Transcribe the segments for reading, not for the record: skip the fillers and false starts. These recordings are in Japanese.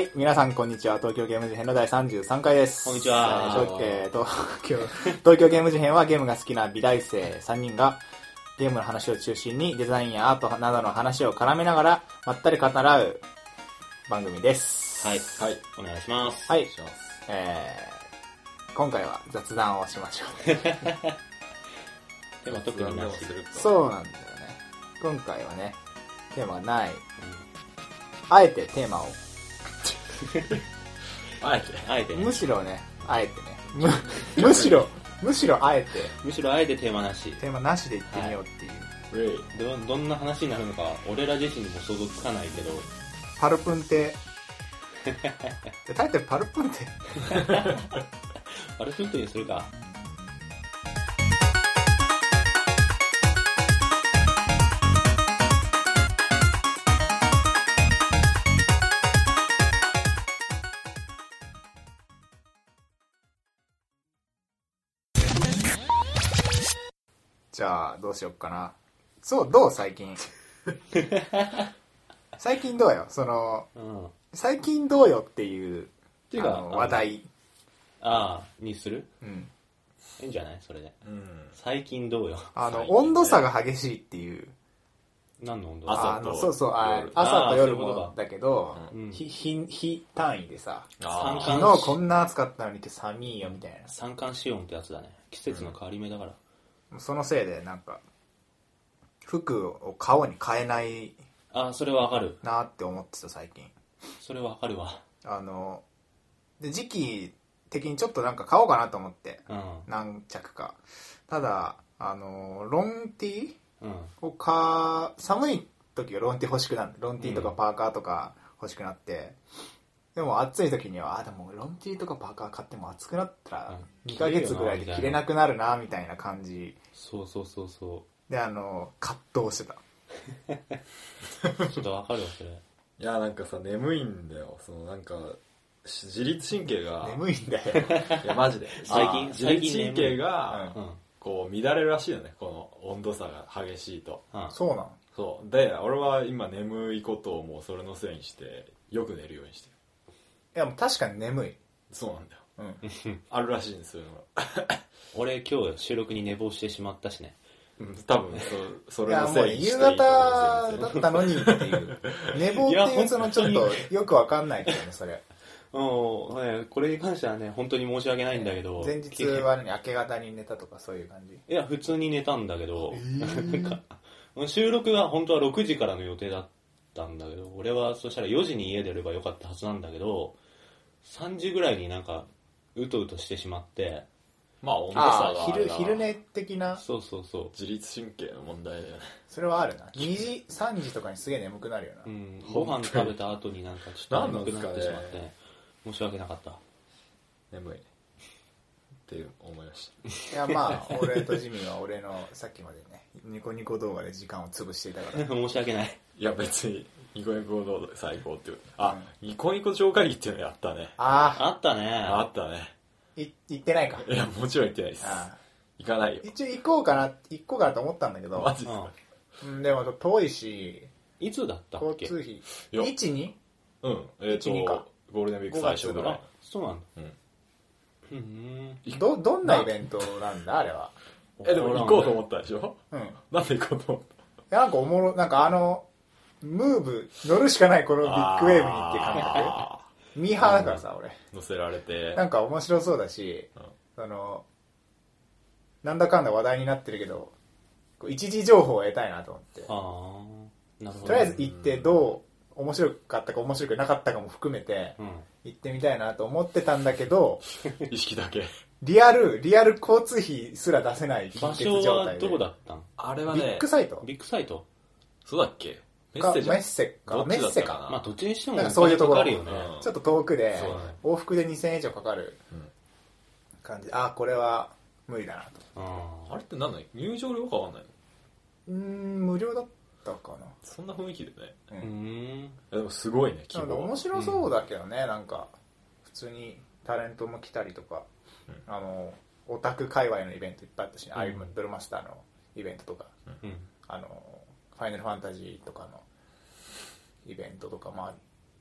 、皆さんこんにちは。東京ゲーム事変の第33回です。 こんにちは。 東京ゲーム事変はゲームが好きな美大生3人がゲームの話を中心にデザインやアートなどの話を絡めながらまったり語らう番組です。 はい。はい。お願いします。 はい。今回は雑談をしましょう。 テーマ特になし。 そうなんだよね。今回はね、テーマない。あえてテーマを。 あえてね。 むしろね、あえてね。むしろあえて。 むしろあえてテーマなし。 テーマなしでいってみようっていう。 はい、どんな話になるのか、俺ら自身にも想像つかないけど。 パルプンってタイトルパルプンってパルプンってにするか。 じゃあどうしよっかな。どう最近最近どうよ最近どうよっていう話題にする？いいんじゃないそれで。最近どうよ。 温度差が激しいっていう。 何の温度？ 朝と夜もだけど、日単位でさ、昨日こんな暑かったのにって寒いよみたいな。 三寒四温ってやつだね。季節の変わり目だから。 そのせいでなんか服を顔に変えないそれはわかるなって思ってた最近。 それはわかるわ。 で時期的にちょっとなんか買おうかなと思って、何着か。ただロンティーを寒い時はロンティー欲しくなる。ロンティーとかパーカーとか欲しくなって、でも暑い時にはでもロンティーとかパーカー買っても暑くなったら2ヶ月ぐらいで着れなくなるなみたいな感じ。 そうで葛藤してた。ちょっとわかるわそれ。 いやなんかさ眠いんだよ。なんか自律神経が眠いんだよ。 いやマジで最近自律神経がこう乱れるらしいよね。この温度差が激しいと。 そうなの？ そうで俺は今眠いことをもうそれのせいにしてよく寝るようにしてる。 いやもう確かに眠い。 そうなんだよ。あるらしいんですよ。 俺今日収録に寝坊してしまったしね。 多分それのせいにしていいと思う。 夕方だったのにっていう寝坊っていうちょっとよくわかんないけどねそれ。 これに関してはね本当に申し訳ないんだけど、 前日は明け方に寝たとかそういう感じ？ いや普通に寝たんだけど、なんか収録が本当は6時からの予定だったんだけど、俺はそしたら4時に家出ればよかったはずなんだけど、3時ぐらいになんかうとうとしてしまって、 まあ温度差が昼寝的な。 そう自律神経の問題だよね。 それはあるな。2時3時とかにすげえ眠くなるよな。 ご飯食べた後になんかちょっと眠くなってしまって申し訳なかった。 眠いって思いました。 いやまあ俺とジミーは俺のさっきまでねニコニコ動画で時間を潰していたから申し訳ない。 いや別にニコニコ動画で最高っていう。ニコニコ超会議っていうのやったね。 あったね。 あったね。 行ってないか。 いやもちろん行ってないです。行かないよ。 一応行こうかなと思ったんだけど。 マジですか？ でも遠いし。 いつだったっけ？ 交通費 1,2？ 1,2か。 ゴールデンウィーク最初ぐらい。 そうなんだ。どんなイベントなんだあれは。 でも行こうと思ったでしょ？なんで行こうと思った？ なんかおもろ、なんかムーブ乗るしかないこのビッグウェーブにっていう感覚。ミーハーだからさ俺。 乗せられて。 なんか面白そうだし、なんだかんだ話題になってるけど、一時情報を得たいなと思って。 なるほど。 とりあえず行って面白かったか面白くなかったかも含めて、行ってみたいなと思ってたんだけど、 意識だけ。 リアル交通費すら出せない場所はどこだったん？ あれはね、 ビッグサイト？ ビッグサイト？ そうだっけ？メッセか。 まあどっちにしてもなんかそういうところかかるよね。 ちょっと遠くで、往復で2000円以上かかる感じ。これは無理だなと。 あれって何だ？入場料かかんないの？ 無料だったかな。 そんな雰囲気でね。でもすごいね。 面白そうだけどね。なんか普通にタレントも来たりとか、オタク界隈のイベントいっぱいあったし、アイドルマスターのイベントとか、ファイナルファンタジーとかのイベントとか、まあ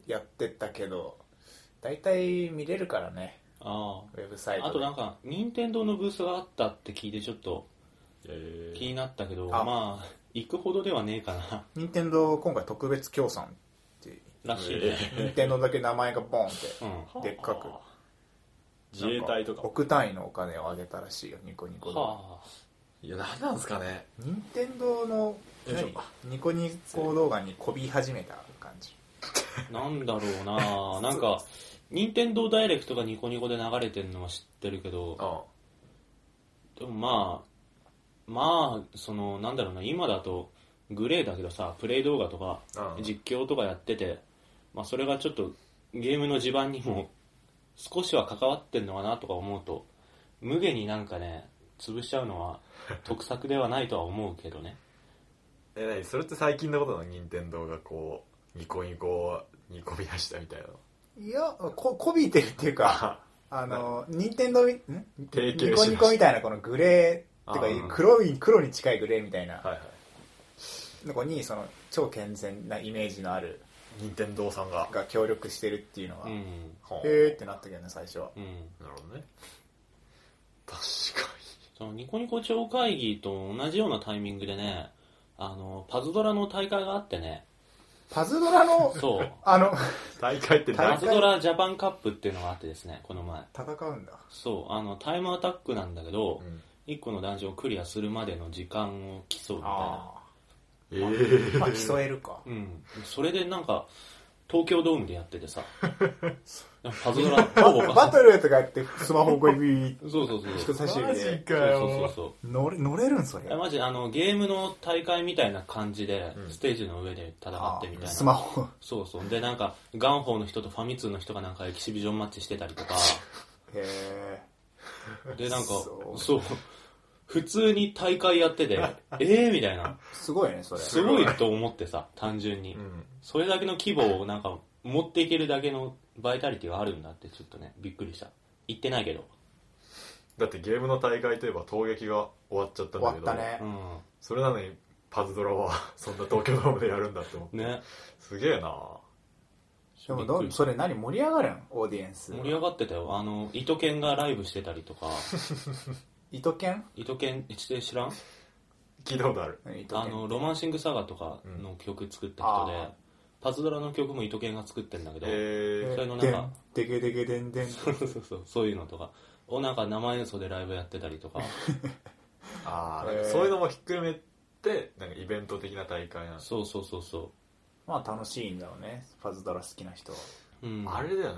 やってたけど大体見れるからね。 あウェブサイトで。 あとなんか任天堂のブースがあったって聞いてちょっと気になったけど、まあ行くほどではねえかな。 任天堂今回特別協賛ってらしいね。 任天堂だけ名前がボンってでっかく、 自衛隊とか億単位のお金をあげたらしいよ、ニコニコで。 いや、何なんですかね。 任天堂のニコニコ動画にこび始めた感じ。 なんだろうな。なんか任天堂ダイレクトがニコニコで流れてるのは知ってるけど、でもまあそのなんだろうな、今だとグレーだけどさ、プレイ動画とか実況とかやってて、まあそれがちょっとゲームの地盤にも少しは関わってんのかなとか思うと、無限になんかね潰しちゃうのは得策ではないとは思うけどね。 何それって最近のことなの？任天堂がこうニコニコにこび出したみたいな。 いや、こびてるっていうか任天堂ニコニコみたいなこのグレーっていうか黒に近いグレーみたいなのこにその超健全なイメージのある任天堂さんが協力してるっていうのが、へーってなったけどね最初は。 なるほどね。確かにそのニコニコ超会議と同じようなタイミングでね、パズドラの大会があってね。 パズドラのそう大会ってパズドラジャパンカップっていうのがあってですね、この前戦うんだ。 そうタイムアタックなんだけど、1個のダンジョンをクリアするまでの時間を競うみたいな。 まあ競えるか。 それでなんか東京ドームでやっててさパズドラバトルとかやってスマホこういうそう人差し指でマジかよ。 そう乗れるんそれ。 マジゲームの大会みたいな感じで、ステージの上で戦ってみたいな。 スマホそうでなんかガンホーの人とファミ通の人がなんかエキシビジョンマッチしてたりとかへーでなんかそう普通に大会やっててみたいな。 すごいねそれ。 すごいと思ってさ、単純に、それだけの規模をなんか持っていけるだけのバイタリティがあるんだってちょっとねびっくりした。言ってないけど。 だってゲームの大会といえば闘撃が終わっちゃったんだけど、 終わったね、 それなのにパズドラはそんな東京ドームでやるんだって思ってね。すげえな。 でもそれ何盛り上がるん？オーディエンス盛り上がってたよ。糸犬がライブしてたりとか糸犬知らん？ 聞いたことある。 ロマンシングサガとかの曲作った人で、パズドラの曲も糸犬が作ってるんだけど、それのなんかデケデケデンデンそういうのとかをなんか生演奏でライブやってたりとかなんかそういうのもひっくるめてなんかイベント的な大会なんです。 そうまあ楽しいんだろうね、パズドラ好きな人は。 あれだよね、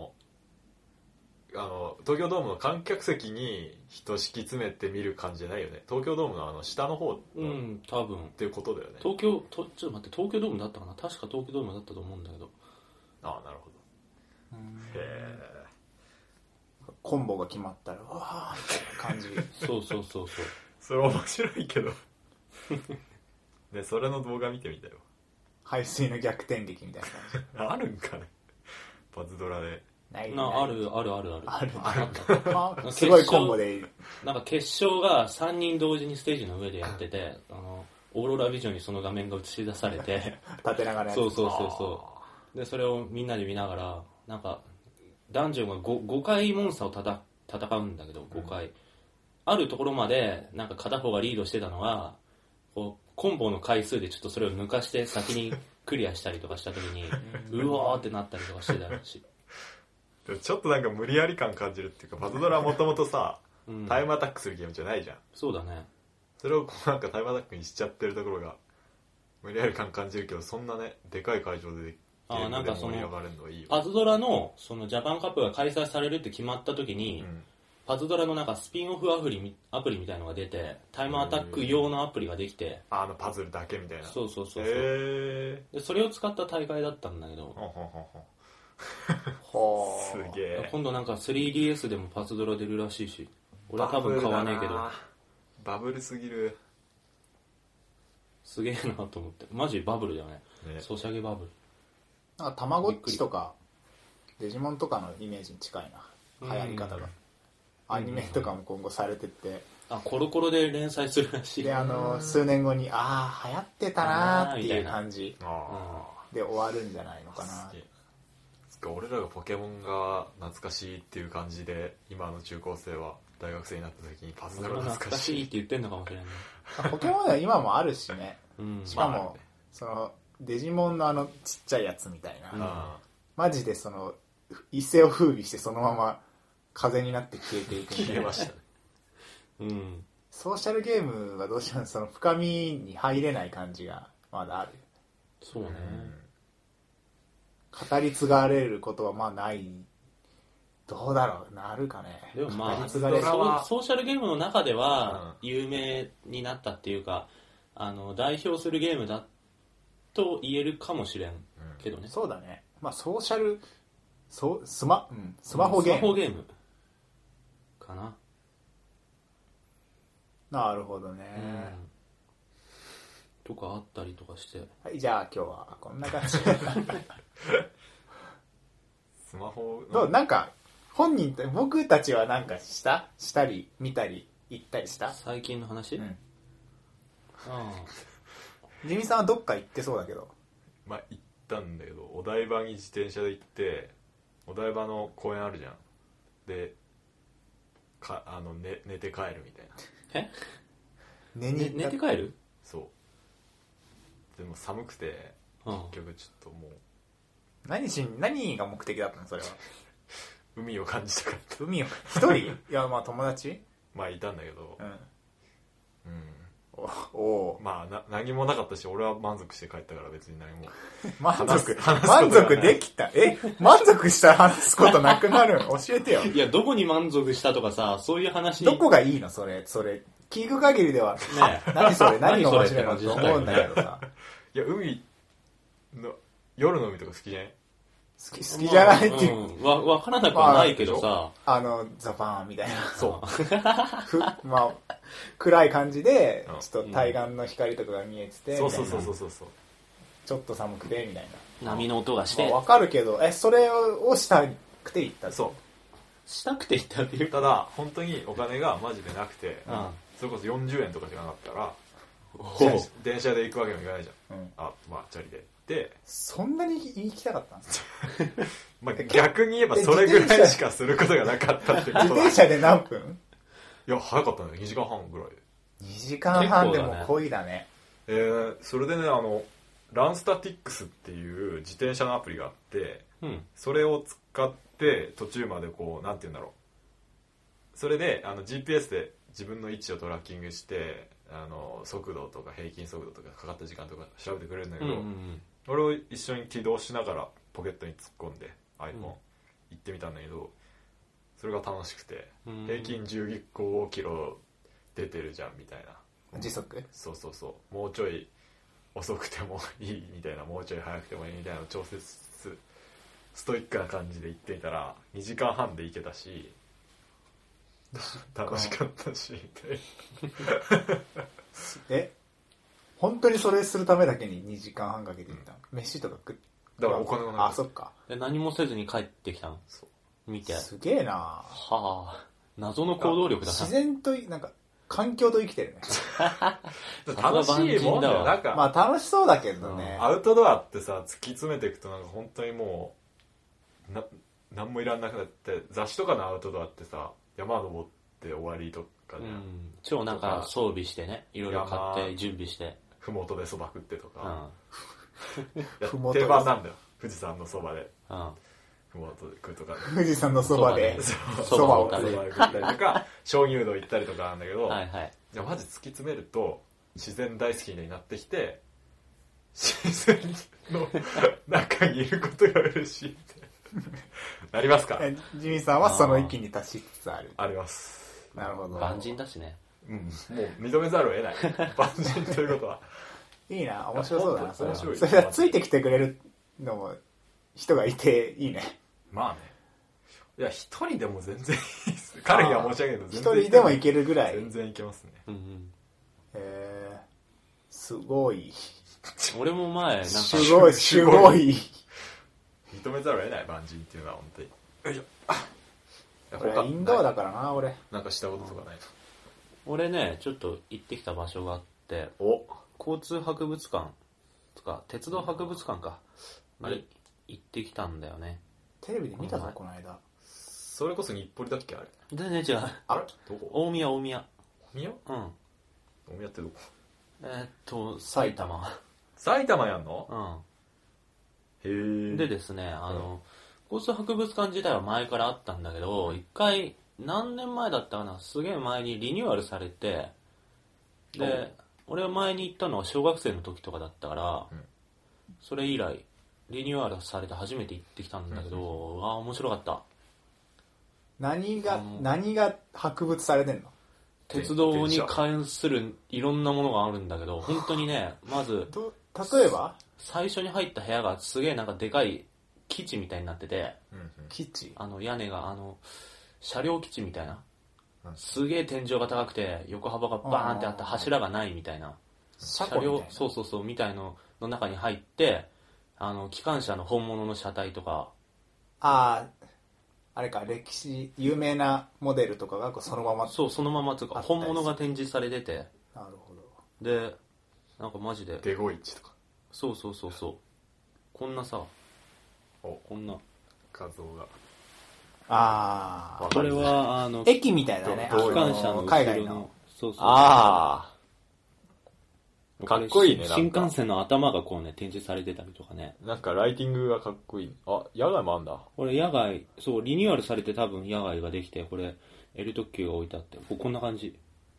東京ドームの観客席に人敷き詰めて見る感じじゃないよね。東京ドームの下の方の多分っていうことだよね。 ちょっと待って、東京ドームだったかな。確か東京ドームだったと思うんだけど。 なるほど。へー。コンボが決まったらわーみたいな感じ。 そうそれ面白いけどね、それの動画見てみたよ。 排水の逆転劇みたいな感じあるんかね、パズドラで。 あるすごいコンボでなんか決勝が3人同時にステージの上でやっててオーロラビジョンにその画面が映し出されて縦長のやつ。 そうでそれをみんなで見ながらなんかダンジョンが 5回モンスターを戦うんだけど、5回あるところまでなんか片方がリードしてたのがこうコンボの回数でちょっとそれを抜かして先にクリアしたりとかした時にうわーってなったりとかしてたしちょっとなんか無理やり感感じるっていうか、パズドラはもともとさ、タイムアタックするゲームじゃないじゃん。 そうだね。 それをこうなんかタイムアタックにしちゃってるところが無理やり感感じるけど、そんなねでかい会場でゲームで盛り上がるのはいいよ。 パズドラのそのジャパンカップが開催されるって決まった時に、パズドラのなんかスピンオフアプリみたいのが出て、タイムアタック用のアプリができて、 パズルだけみたいな。 そうでそれを使った大会だったんだけどすげえ。 今度なんか 3DS でもパズドラ出るらしいし、俺は多分買わねえけど。 バブルすぎる。 すげえなと思って。マジバブルだよね。ソシャゲバブル。 なんかたまごっちとかデジモンとかのイメージに近いな、流行り方が。アニメとかも今後されてってコロコロで連載するらしい。 で数年後に流行ってたなーっていう感じで終わるんじゃないのかな。 俺らがポケモンが懐かしいっていう感じで今の中高生は大学生になった時にパズドラ懐かしいって言ってんのかもしれないポケモンは今もあるしね、 うん、 しかも、そのデジモンのちっちゃいやつみたいな、マジでその一世を風靡してそのまま風になって消えていくみたいな消えましたね、 うん、 ソーシャルゲームはどうしてもその深みに入れない感じがまだある。 そうね、 語り継がれることはまあない。どうだろう、なるかね。 でもまあソ語り継がれるーシャルゲームの中では有名になったっていうか、代表するゲームだと言えるかもしれんけどね、 そうだね。まあソーシャルスマホゲーム、 スマホゲームかな。 なるほどね、 とかあったりとかして、 はい、じゃあ今日はこんな感じスマホどう、なんか本人って僕たちはなんかしたり見たり行ったりした。 最近の話、 ジミさんはどっか行ってそうだけど。 まあ行ったんだけど、お台場に自転車で行って、お台場の公園あるじゃん。で寝て帰るみたいな。 寝て帰る。 そうでも寒くて結局ちょっともう何が目的だったのそれは。 海を感じたかった。 海を一人いやまあ友達まあいたんだけど、まあ何もなかったし、俺は満足して帰ったから別に何も満足できた。満足したら話すことなくなる教えてよ。 いや、どこに満足したとかさ、そういう話。 どこがいいのそれ聞く限りではね。何それ何が面白いのと思うんだけどさ。 いや、海の夜の海とか好きじゃない？ 好きじゃないっていう、 わからなくはないけどさ、 ザパンみたいな、 そうまあ暗い感じでちょっと対岸の光とかが見えてて、 そうちょっと寒くてみたいな、波の音がして、 わかるけど、それをしたくて行った。 そうしたくて行ったっていう。 ただ本当にお金がマジでなくて、それこそ40円とかしかなかったら電車で行くわけにもいかないじゃん、まあチャリでで、 そんなに行きたかったんですか？ まあ逆に言えばそれぐらいしかすることがなかったってことだ。 自転車で何分？ いや早かったね、2時間半ぐらいで。 2時間半でも濃いだね。 それでね、ランスタティックスっていう自転車のアプリがあって、それを使って途中までこうなんて言うんだろう、それでGPS で自分の位置をトラッキングして速度とか平均速度とかかかった時間とか調べてくれるんだけど、俺を一緒に起動しながらポケットに突っ込んで iPhone 行ってみたんだけど、それが楽しくて、平均15キロ出てるじゃんみたいな。 時速？ そうもうちょい遅くてもいいみたいな、もうちょい速くてもいいみたいな調節ストイックな感じで行ってみたら2時間半で行けたし楽しかったしみたいな。 本当にそれするためだけに2時間半かけて行った？飯とか食って？ だからお金がない。 そっか。 何もせずに帰ってきたの？見て。 すげえな。 はあ、謎の行動力だな。 自然となんか環境と生きてるね。 楽しいもんだよ。なんかまあ楽しそうだけどね。 アウトドアってさ、突き詰めていくとなんか本当にもう何もいらなくなって、雑誌とかのアウトドアってさ、山登って終わりとかじゃん。 超なんか装備してね、いろいろ買って準備して、 ふもとでそば食ってとか、 定番なんだよ。富士山のそばで。ふもとで食うとか、 富士山のそばでそばを食ったりとか、鍾乳洞行ったりとかなんだけど、じゃあマジ突き詰めると自然大好きになってきて、自然の中にいることが嬉しいってなりますか？ ジミーさんはその域に達しつつある。 あります。 なるほど。 万人だしね。 もう認めざるを得ない。万人ということは。 いいな、面白そうだな。それはついてきてくれるのも人がいていいね。 まあね。いや、一人でも全然いいです。彼には申し訳ないけど、 一人でもいけるぐらい。 全然いけますね。 すごい。 俺も前、なんか。すごい。 認めざるを得ない、万人っていうのは本当に。よいしょ。 俺インドアだからな、俺。 なんかしたこととかないの？ 俺ね、ちょっと行ってきた場所があって、交通博物館とか、鉄道博物館か。に行ってきたんだよね。 テレビで見たぞこの間。 それこそ日暮里だっけあれ。 全然違う。 あれどこ？ 大宮。大宮？ うん。大宮ってどこ？ 埼玉。 埼玉やんの？ うん。へえ。でですね、交通博物館自体は前からあったんだけど、一回、何年前だったかな、すげえ前にリニューアルされて、で、俺は前に行ったのは小学生の時とかだったから、それ以来、リニューアルされて初めて行ってきたんだけど、面白かった。 何が博物されてんの？ 鉄道に関するいろんなものがあるんだけど、本当にね、まず、 例えば最初に入った部屋がすげえなんかでかい基地みたいになってて、 基地？ 屋根が車両基地みたいな、すげえ天井が高くて横幅がバーンってあって柱がないみたいな車両、 そうみたいの中に入って、機関車の本物の車体とか、 あれか、歴史有名なモデルとかがそのまま、 そのままとか本物が展示されてて、 なるほど。でなんかマジでデゴイチとか、 そうこんなさ、こんな画像が、 これは駅みたいだね、 機関車の海外の。 そうかっこいいね。 新幹線の頭がこうね展示されてたりとかね。 なんかライティングがかっこいい。野外もあんだ。 これ野外、そうリニューアルされて多分野外ができて、これ L 特急が置いてあって、こんな感じ。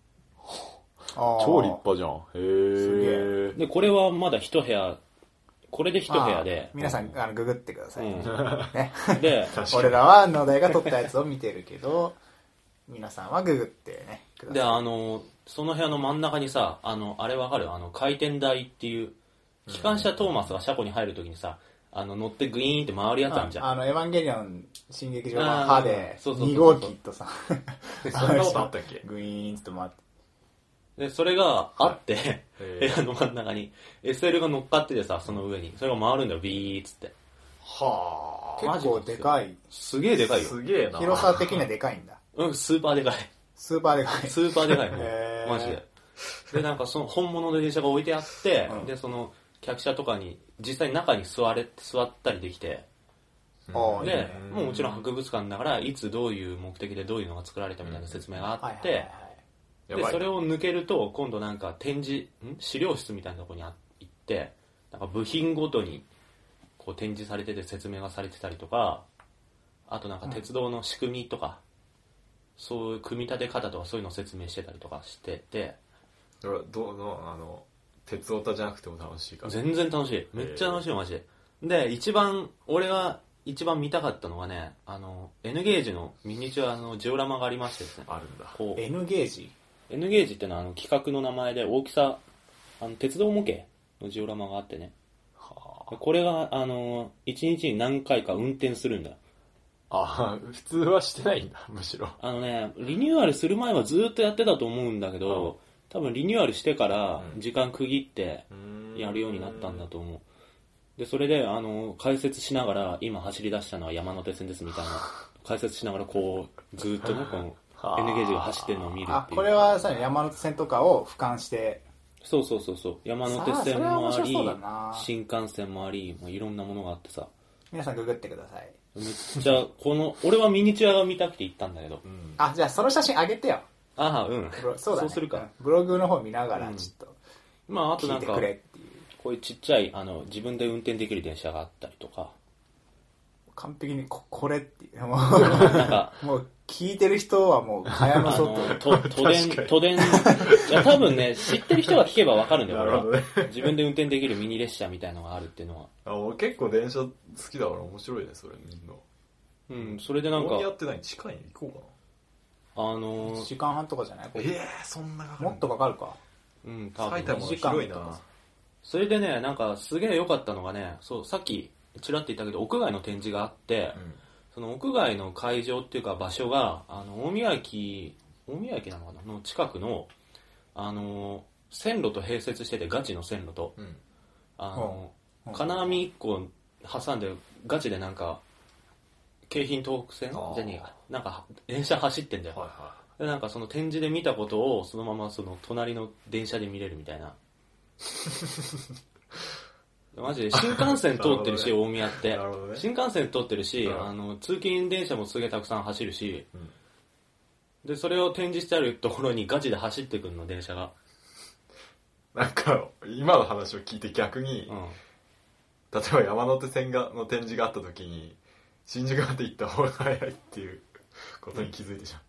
超立派じゃん。へえ。 でこれはまだ一部屋、これで一部屋で。 皆さんググってください。ね。 で俺らは野田が撮ったやつを見てるけど、皆さんはググってねください。 でその部屋の真ん中にさ、あれわかる？回転台っていう、機関車トーマスが車庫に入るときにさ、乗ってグイーンって回るやつあるじゃん。 エヴァンゲリオン新劇場版歯で、2号機とさ、 そんなことあったっけ？ グイーンって回って。 で、それがあって、部屋の真ん中に、SL が乗っかっててさ、その上に。それが回るんだよ、ビーっつって。 結構でかい。 すげえでかいよ。 すげえな。 広さ的にはでかいんだ。 スーパーでかい。 スーパーでかい。 スーパーでかい、マジで。で、なんかその本物の電車が置いてあって、で、その客車とかに、実際中に座ったりできて、で、もうもちろん博物館だから、いつどういう目的でどういうのが作られたみたいな説明があって、で、それを抜けると、今度なんか資料室みたいなところに行って、なんか部品ごとにこう展示されてて説明がされてたりとか、あとなんか鉄道の仕組みとか、そういう組み立て方とかそういうのを説明してたりとかしてて、 鉄オタじゃなくても楽しいから。 全然楽しい。めっちゃ楽しいよ、マジで。で、俺が一番見たかったのがね、N ゲージのミニチュアのジオラマがありましてですね。 あるんだ。 N ゲージ ？N ゲージってのは企画の名前で、大きさ、鉄道模型のジオラマがあってね。これが、1日に何回か運転するんだ。 普通はしてないんだ、むしろ。 リニューアルする前はずっとやってたと思うんだけど、多分リニューアルしてから時間区切ってやるようになったんだと思う。で、それで、解説しながら、今走り出したのは山手線ですみたいな、解説しながらこう、ずっとね、この N ゲージが走ってるのを見るっていう。 これはさ、山手線とかを俯瞰して。 そう。山手線もあり、新幹線もあり、いろんなものがあってさ。 皆さんググってください。 めっちゃ、俺はミニチュアが見たくて行ったんだけど。 じゃあその写真あげてよ。 そうだね。そうするか。 ブログの方見ながら、ちょっと。 あとなんか、こういうちっちゃい、自分で運転できる電車があったりとか。 完璧にこれっていう。もう聞いてる人はもう蚊帳の外。 都電、いや多分ね、知ってる人が聞けばわかるんだよ、なるほどね。自分で運転できるミニ列車みたいのがあるっていうのは。 俺結構電車好きだから面白いね、それみんな。 それでなんか。 大宮って何？近いに行こうかな。1時間半とかじゃない？ そんなかかる？もっとかかるか。 埼玉は広いな。 それでね、なんかすげえ良かったのがね、さっきちらっと言ったけど、屋外の展示があって、その屋外の会場っていうか場所が、大宮駅なのかなの近くの、線路と併設してて、ガチの線路と、金網1個挟んで、ガチでなんか、京浜東北線じゃねえか。なんか、電車走ってんだよ。で、なんかその展示で見たことを、そのままその隣の電車で見れるみたいな。 マジで新幹線通ってるし、大宮って、 ね、 新幹線通ってるし、通勤電車もすげえたくさん走るし、でそれを展示してあるところにガチで走ってくるの、電車が。 なんか今の話を聞いて逆に、例えば山手線の展示があった時に新宿まで行った方が早いっていうことに気づいてしまった、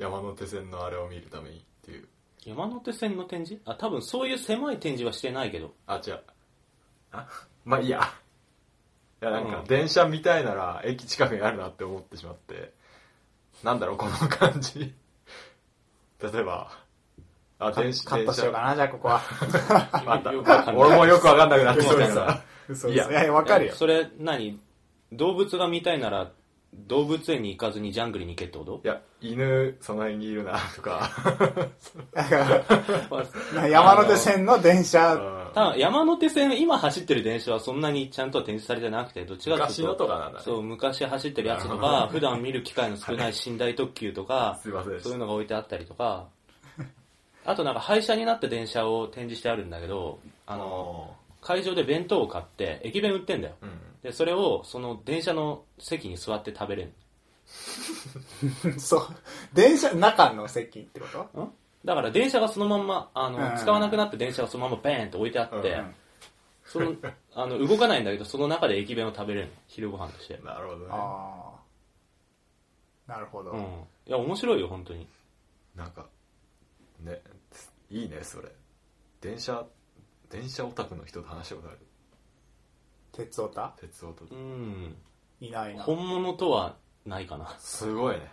山手線のあれを見るためにっていう。 山手線の展示？多分そういう狭い展示はしてないけど。 違う。まあいいや。いやなんか電車みたいなら駅近くにあるなって思ってしまって、なんだろうこの感じ。例えば電車カットしようかな、じゃあここは。 俺もよくわかんなくなってきたから嘘。いやわかるよ。 それ動物が見たいなら動物園に行かずにジャングルに行けってこと？ いや、犬その辺にいるなとか。 山手線の電車。 多分山手線今走ってる電車はそんなにちゃんと展示されてなくて、どっちかっていうと昔のとかなんだね。 そう、昔走ってるやつとか、普段見る機会の少ない寝台特急とか、そういうのが置いてあったりとか、あとなんか廃車になった電車を展示してあるんだけど、会場で弁当を買って駅弁売ってんだよ、でそれをその電車の席に座って食べれる。 そう電車中の席ってこと？ だから電車がそのまんま使わなくなった電車がそのままベーンって置いてあって、その動かないんだけどその中で駅弁を食べれるの、昼ご飯として。 なるほどね。 なるほど。 いや面白いよ本当に。 なんかね、いいねそれ。電車オタクの人と話したことある？ 鉄オタ？ 鉄オタ。 いないな。 本物とはないかな。 すごいね。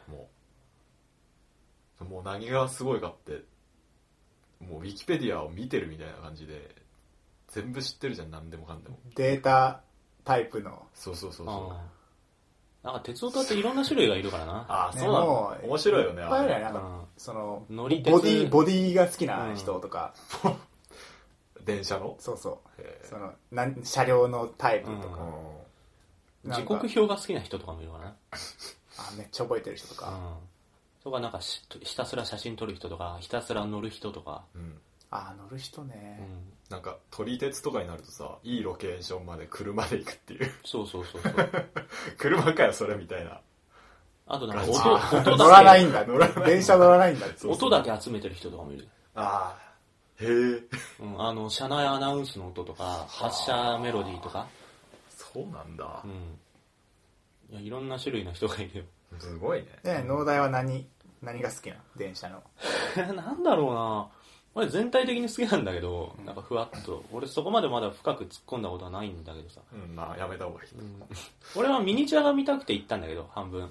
もう何がすごいかって、もうウィキペディアを見てるみたいな感じで全部知ってるじゃん、何でもかんでも。 データタイプの。 そう。 なんか鉄オタっていろんな種類がいるからな。 そうなの。面白いよね。 いっぱいあるよね。なんかその乗りボディが好きな人とか。 電車の？ そう。その車両のタイプとか。 時刻表が好きな人とかもいるからな。 めっちゃ覚えてる人とか。 とかなんかひたすら写真撮る人とか、ひたすら乗る人とか。 乗る人ね。 なんか撮り鉄とかになるとさ、いいロケーションまで車で行くっていう。 そう。 車かよそれみたいな。 あとなんか音だけ乗らないんだ。電車乗らないんだ。 音だけ集めてる人とかもいる。 へえ。 車内アナウンスの音とか、発車メロディーとか。 そうなんだ。 いろんな種類の人がいるよ。 すごいね。 農大は何が好きなの？電車の。 なんだろうな。俺全体的に好きなんだけど、なんかふわっと。俺そこまでまだ深く突っ込んだことはないんだけどさ。 まあやめた方がいい。 俺はミニチュアが見たくて行ったんだけど、半分。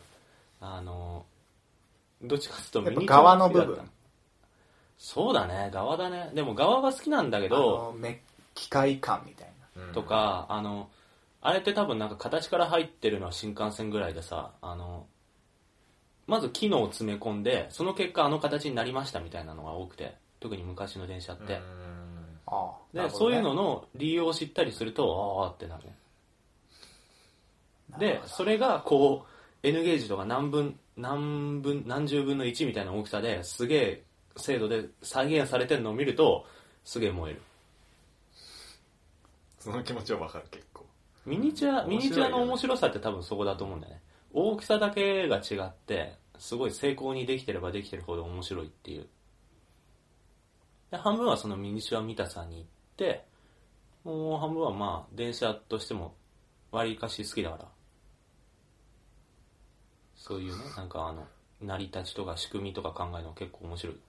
どっちかっていうとミニチュア側の部分。 そうだね、側だね。でも側が好きなんだけど、 機械感みたいな。とか、あれって多分なんか形から入ってるのは新幹線ぐらいでさ、まず機能を詰め込んで、その結果形になりましたみたいなのが多くて、特に昔の電車って。で、そういうのの理由を知ったりすると、ってなるね。で、それがこう、N ゲージとか何十分の1みたいな大きさですげえ精度で再現されてるのを見ると、すげえ燃える。 その気持ちはわかる結構。 ミニチュアの面白さって多分そこだと思うんだよね。大きさだけが違ってすごい精巧にできてればできてるほど面白いっていう。で半分はそのミニチュア見たさに行って、もう半分はまあ電車としても割りかし好きだから、そういうね、なんか成り立ちとか仕組みとか考えるの結構面白い。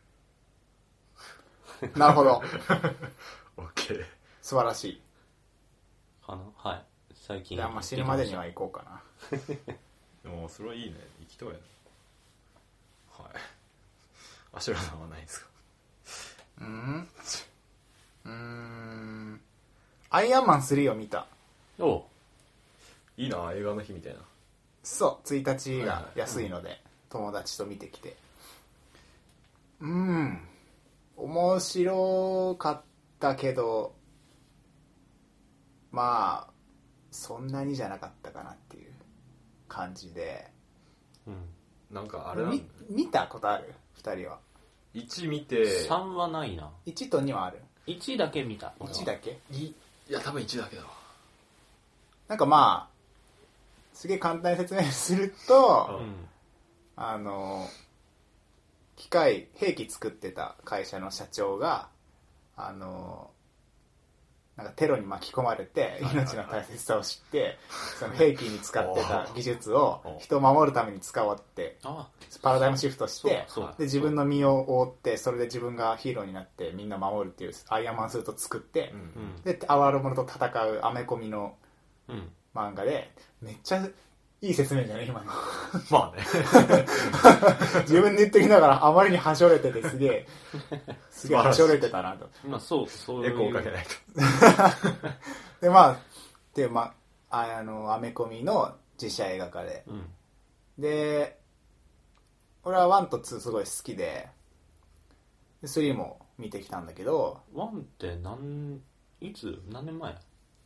なるほど。 OK。 素晴らしい。 はい。最近。 じゃあ死ぬまでには行こうかな。 でもそれはいいね。行きたいね。はい。アシュラさんはないんですか？ アイアンマン3を見た。 いいな、映画の日みたいな。 そう、1日が安いので、友達と見てきて。面白かったけど、まあそんなにじゃなかったかなっていう感じで。 なんかあれなんだ。 見たことある？2人は。 1見て。 3はないな。 1と2はある。 1だけ見た。 1だけ？ いや多分1だけだわ。 なんかまあすげえ簡単に説明すると、兵器作ってた会社の社長がなんかテロに巻き込まれて命の大切さを知ってその兵器に使ってた技術を人を守るために使おうってパラダイムシフトしてで自分の身を覆ってそれで自分がヒーローになってみんな守るっていうアイアンマンスーツを作ってで悪者と戦うアメコミの漫画でめっちゃいい説明じゃない今のまあね自分で言ってきながらあまりにはしょれててすげえはしょれてたなとまあそうエコーをかけないとでアメコミの実写映画化で、で俺は1と2すごい好きで3も見てきたんだけど 1って何年前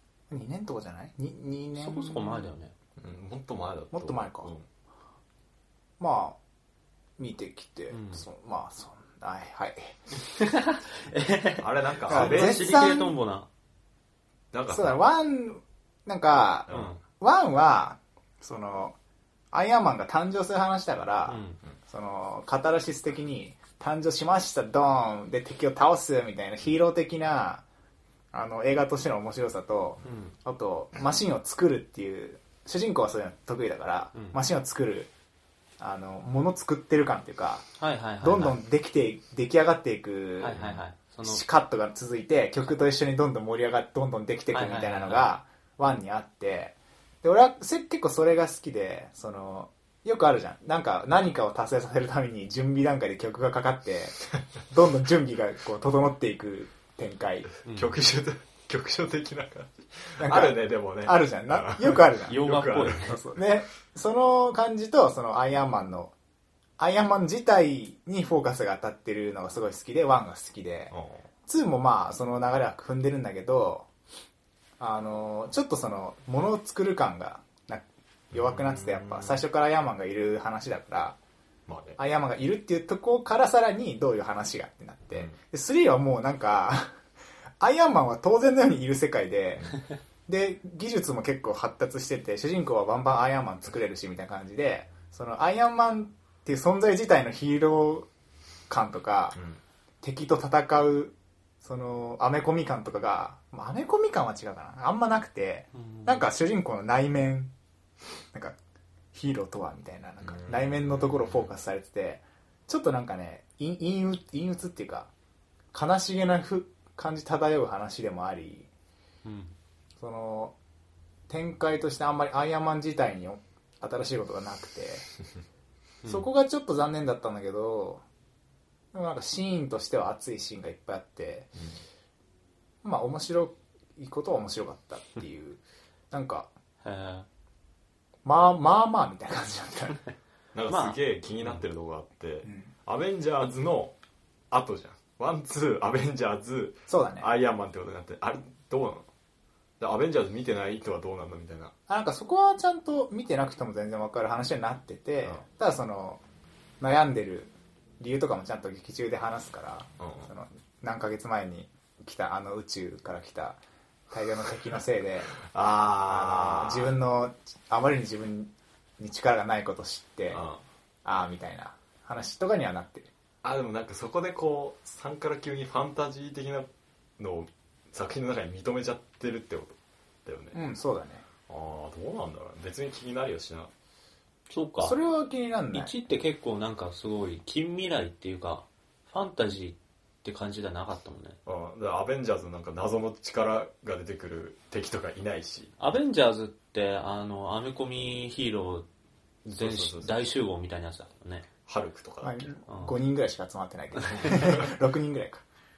2年とかじゃない 2年そこそこ前だよね、 もっと前だったもっと前か、まあ見てきて、はいあれなんかシリケートンボななんかそうだ1なんか、1はそのアイアンマンが誕生する話だから、そのカタルシス的に誕生しましたドーンで敵を倒すみたいなヒーロー的な映画としての面白さと、あとマシンを作るっていう主人公はそういうの得意だから、マシンを作るもの作ってる感っていうか、どんどん出来上がっていくカットが続いて曲と一緒にどんどん盛り上がってどんどんできていくみたいなのが1にあってで俺は結構それが好きでよくあるじゃんなんか何かを達成させるために準備段階で曲がかかってどんどん準備がこう整っていく展開、 局所的な感じあるねでもねあるじゃんよくあるじゃん洋画っぽいそうねその感じとそのアイアンマン自体にフォーカスが当たってるのがすごい好きで1が好きで2もまあその流れは踏んでるんだけどちょっとそのものを作る感が弱くなっててやっぱ最初からアイアンマンがいる話だからアイアンマンがいるっていうところからさらにどういう話がってなって、で3はもうなんかアイアンマンは当然のようにいる世界でで技術も結構発達してて主人公はバンバンアイアンマン作れるしみたいな感じでそのアイアンマンっていう存在自体のヒーロー感とか、敵と戦うそのアメコミ感とかがアメコミ感は違うかなあんまなくて、なんか主人公の内面なんかヒーローとはみたいな、 なんか内面のところをフォーカスされててちょっとなんかね陰鬱っていうか悲しげな感じ漂う話でもあり、その展開としてあんまりアイアンマン自体に新しいことがなくてそこがちょっと残念だったんだけどでもなんかシーンとしては熱いシーンがいっぱいあって、まあ面白いことは面白かったっていうなんかまあみたいな感じだったなんかすげえ気になってるとこがあって、アベンジャーズの後じゃんワンツーアベンジャーズそうだねアイアンマンってことになってあれどうなのアベンジャーズ見てない人はどうなんだみたいななんかそこはちゃんと見てなくても全然分かる話になってて、ただその悩んでる理由とかもちゃんと劇中で話すから、その何ヶ月前に来た宇宙から来た大量の敵のせいで自分のあまりに自分に力がないことを知ってみたいな話とかにはなってる。 でもなんかそこでこう3から急にファンタジー的なのを作品の中に認めちゃってるってことだよね。 そうだね。 どうなんだろう別に気になるよしな。 そうかそれは気になんない。 1って結構なんかすごい近未来っていうかファンタジーって感じではなかったもんね。 だからアベンジャーズなんか謎の力が出てくる敵とかいないし。 アベンジャーズってアメコミヒーロー大集合みたいなやつだったね。 ハルクとかだっけ、 5人ぐらいしか集まってないけど6人ぐらいか。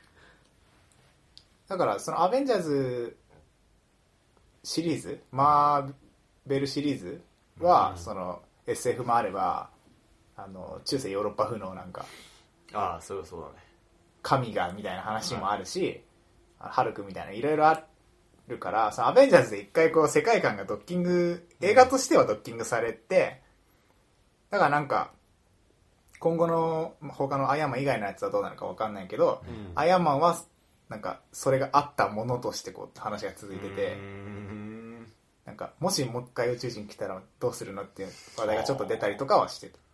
だからそのアベンジャーズシリーズマーベルシリーズは、その SF もあれば中世ヨーロッパ風のなんかそうだね神がみたいな話もあるし、ハルクみたいないろいろあるからそのアベンジャーズで一回こう世界観がドッキング映画としてはドッキングされて、だからなんか今後の他のアイアンマン以外のやつはどうなるか分かんないけど、アイアンマンはなんかそれがあったものとしてこう話が続いてて、なんかもしもう一回宇宙人来たらどうするのっていう話題がちょっと出たりとかはしてた。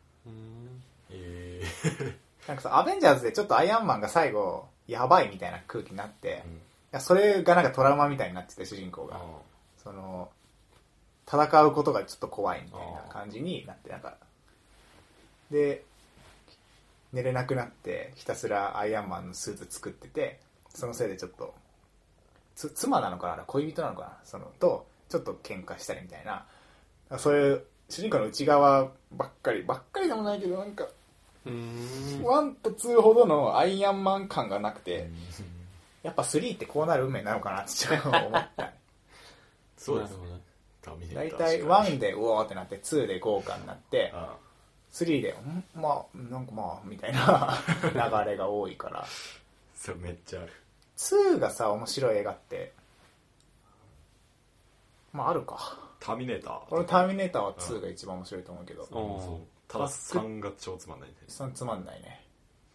なんかさ、アベンジャーズでちょっとアイアンマンが最後やばいみたいな空気になって、いやそれがなんかトラウマみたいになってて、主人公がその戦うことがちょっと怖いみたいな感じになって、なんかで寝れなくなってひたすらアイアンマンのスーツ作ってて、そのせいでちょっと妻なのかな、恋人なのかな、そのとちょっと喧嘩したりみたいな、そういう主人公の内側ばっかりでもないけど、なんか1と2ほどのアイアンマン感がなくて、やっぱ3ってこうなる運命なのかなってちょっと思ったそうですね。 大体1でうおーってなって、2で豪華になって、3でまあなんかまあみたいな流れが多いからそれめっちゃある。 2がさ面白い映画ってまああるか。 ターミネーター。 俺ターミネーターは2が一番面白いと思うけど、 ただ3が超つまんないね。 3つまんないね。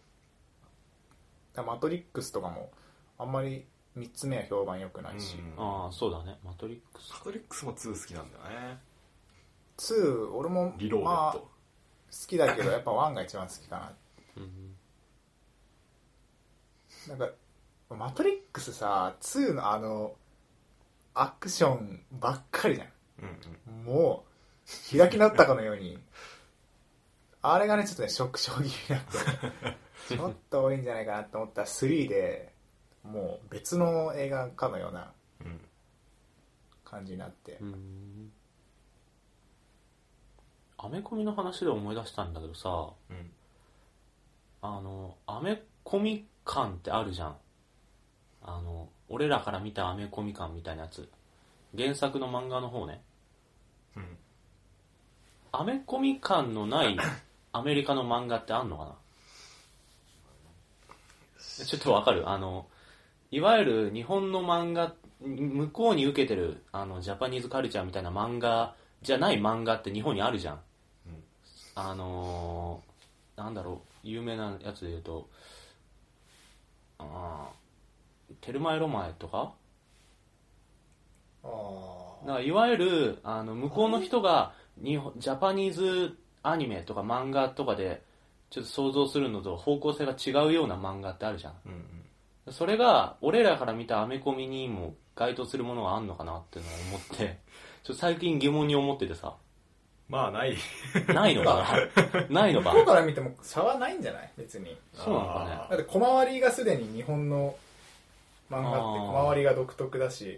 マトリックスとかもあんまり3つ目は評判良くないし、 ああそうだね、マトリックスも2好きなんだよね。 2俺もリロード、 まあ、好きだけどやっぱ1が一番好きかな。なんかマトリックスさ、2のアクションばっかりじゃん、もう開き直ったかのようにあれがねちょっとね衝撃になってちょっと多いんじゃないかなと思ったら3でもう別の映画かのような感じになって、 アメコミの話で思い出したんだけどさ、アメコミ感ってあるじゃん。俺らから見たアメコミ感みたいなやつ、原作の漫画の方ね、アメコミ感のないアメリカの漫画ってあんのかなちょっとわかる？いわゆる日本の漫画、向こうに受けてるジャパニーズカルチャーみたいな漫画じゃない漫画って日本にあるじゃん。なんだろう、有名なやつで言うとテルマエロマエとか、だからいわゆる向こうの人がジャパニーズアニメとか漫画とかでちょっと想像するのと方向性が違うような漫画ってあるじゃん、それが俺らから見たアメコミにも該当するものがあんのかなっていうのを思ってちょっと最近疑問に思っててさ。 まあないないのかなないのかここから見ても差はないんじゃない？別にそうなのかね。 だって小回りがすでに日本の漫画って小回りが独特だし、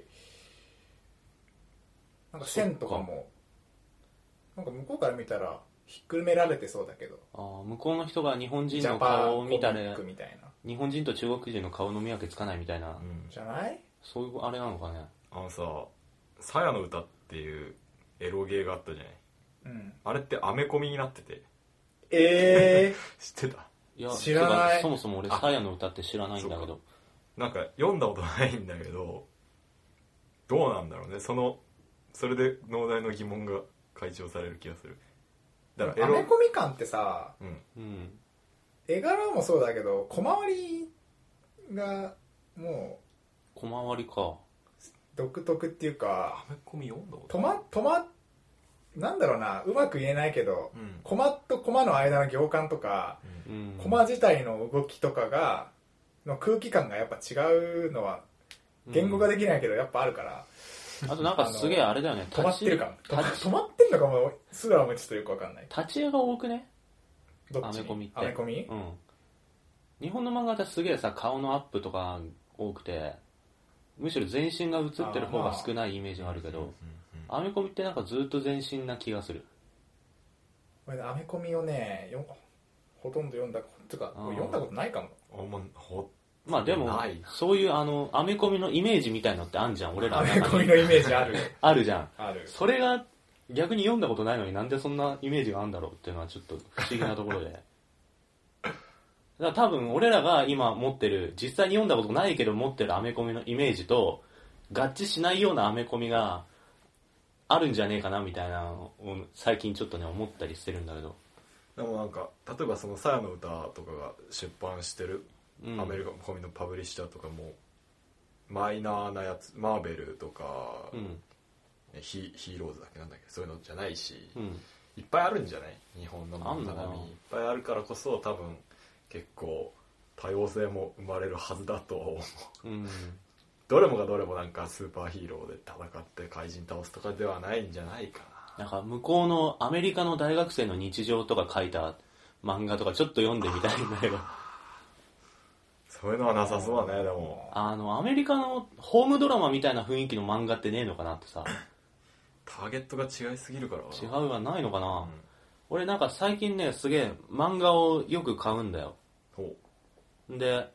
なんか線とかもなんか向こうから見たらひっくるめられてそうだけど、 向こうの人が日本人の顔を見たら日本人と中国人の顔の見分けつかないみたいな、 じゃない？ そういうあれなのかね。 さやの歌っていうエロゲーがあったじゃない、あれってアメコミになってて知ってた？ いや知らない。 そもそも俺さやの歌って知らないんだけど、 なんか読んだことないんだけど、どうなんだろうね、それで農大の疑問が解消される気がする。 だからアメコミ感ってさ、絵柄もそうだけど小回りがもう小回りか独特っていうか、 アメコミ読んだことなんだろうな、うまく言えないけど、コマとコマの間の行間とか、コマ自体の動きとかの空気感がやっぱ違うのは言語ができないけどやっぱあるから、 あとなんかすげえあれだよね、 止まってる感、止まってんのかもすらもちょっとよくわかんない。 立ち絵が多くね、 どっち？ アメコミって。 アメコミ？ 日本の漫画ってすげえさ、顔のアップとか多くて、むしろ全身が映ってる方が少ないイメージがあるけど、アメコミってなんかずっと全身な気がする。 アメコミをねほとんど読んだことないかも。 まあでもそういうアメコミのイメージみたいのってあんじゃん、俺らアメコミのイメージあるあるじゃん。 ある。 それが逆に読んだことないのになんでそんなイメージがあるんだろうっていうのはちょっと不思議なところでだから多分俺らが今持ってる、実際に読んだことないけど持ってるアメコミのイメージと合致しないようなアメコミがあるんじゃねえかなみたいなのを最近ちょっとね思ったりしてるんだけど。 でもなんか例えばそのさやの歌とかが出版してるアメリカコミのパブリッシャーとかもマイナーなやつ、マーベルとか、ヒーローズだっけなんだっけ、そういうのじゃないし、いっぱいあるんじゃない？日本の漫画並みにいっぱいあるからこそ多分結構多様性も生まれるはずだと思う、どれもがどれもなんかスーパーヒーローで戦って怪人倒すとかではないんじゃないかな。 なんか向こうのアメリカの大学生の日常とか書いた漫画とかちょっと読んでみたいんだけどそういうのはなさそうだね。でもアメリカのホームドラマみたいな雰囲気の漫画ってねえのかなってさ。 ターゲットが違いすぎるから違うはないのかな、俺なんか最近ねすげえ漫画をよく買うんだよ。で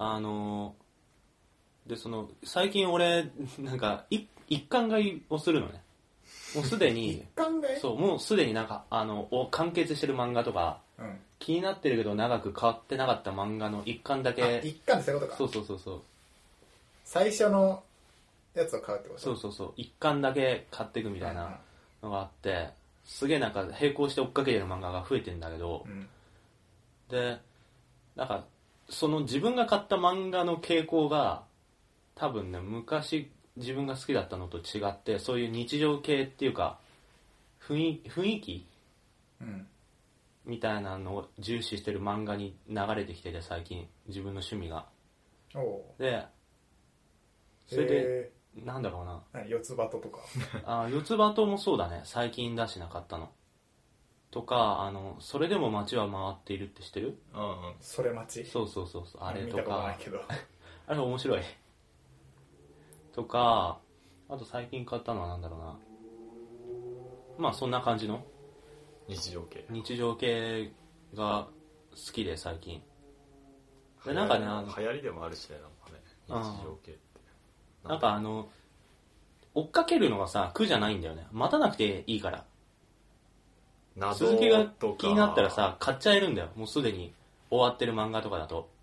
でその最近俺なんか一巻買いをするのね。もうすでに一巻買い？ そう、もうすでになんか完結してる漫画とか、気になってるけど長く買ってなかった漫画の一巻だけ。 一巻ってそういうことか。 そう最初のやつを買うってこと？ そう一巻だけ買っていくみたいなのがあって、すげえなんか並行して追っかけてる漫画が増えてんだけど、でなんかその自分が買った漫画の傾向が多分ね昔自分が好きだったのと違って、そういう日常系っていうか雰囲気、みたいなのを重視してる漫画に流れてきてて、最近自分の趣味が。でそれでなんだろうな、 四つ葉とか四つ葉ともそうだね、最近出しなかったのとか、それでも街は回っているって知ってる？ それ街？ そうあれとか見たことないけどあれ面白いとか、あと最近買ったのはなんだろうな、まあそんな感じの日常系が好きで最近で、なんかね流行りでもあるしね、なんかね日常系ってなんか追っかけるのがさ苦じゃないんだよね。待たなくていいから、続きが気になったらさ買っちゃえるんだよ。もうすでに終わってる漫画とかだと。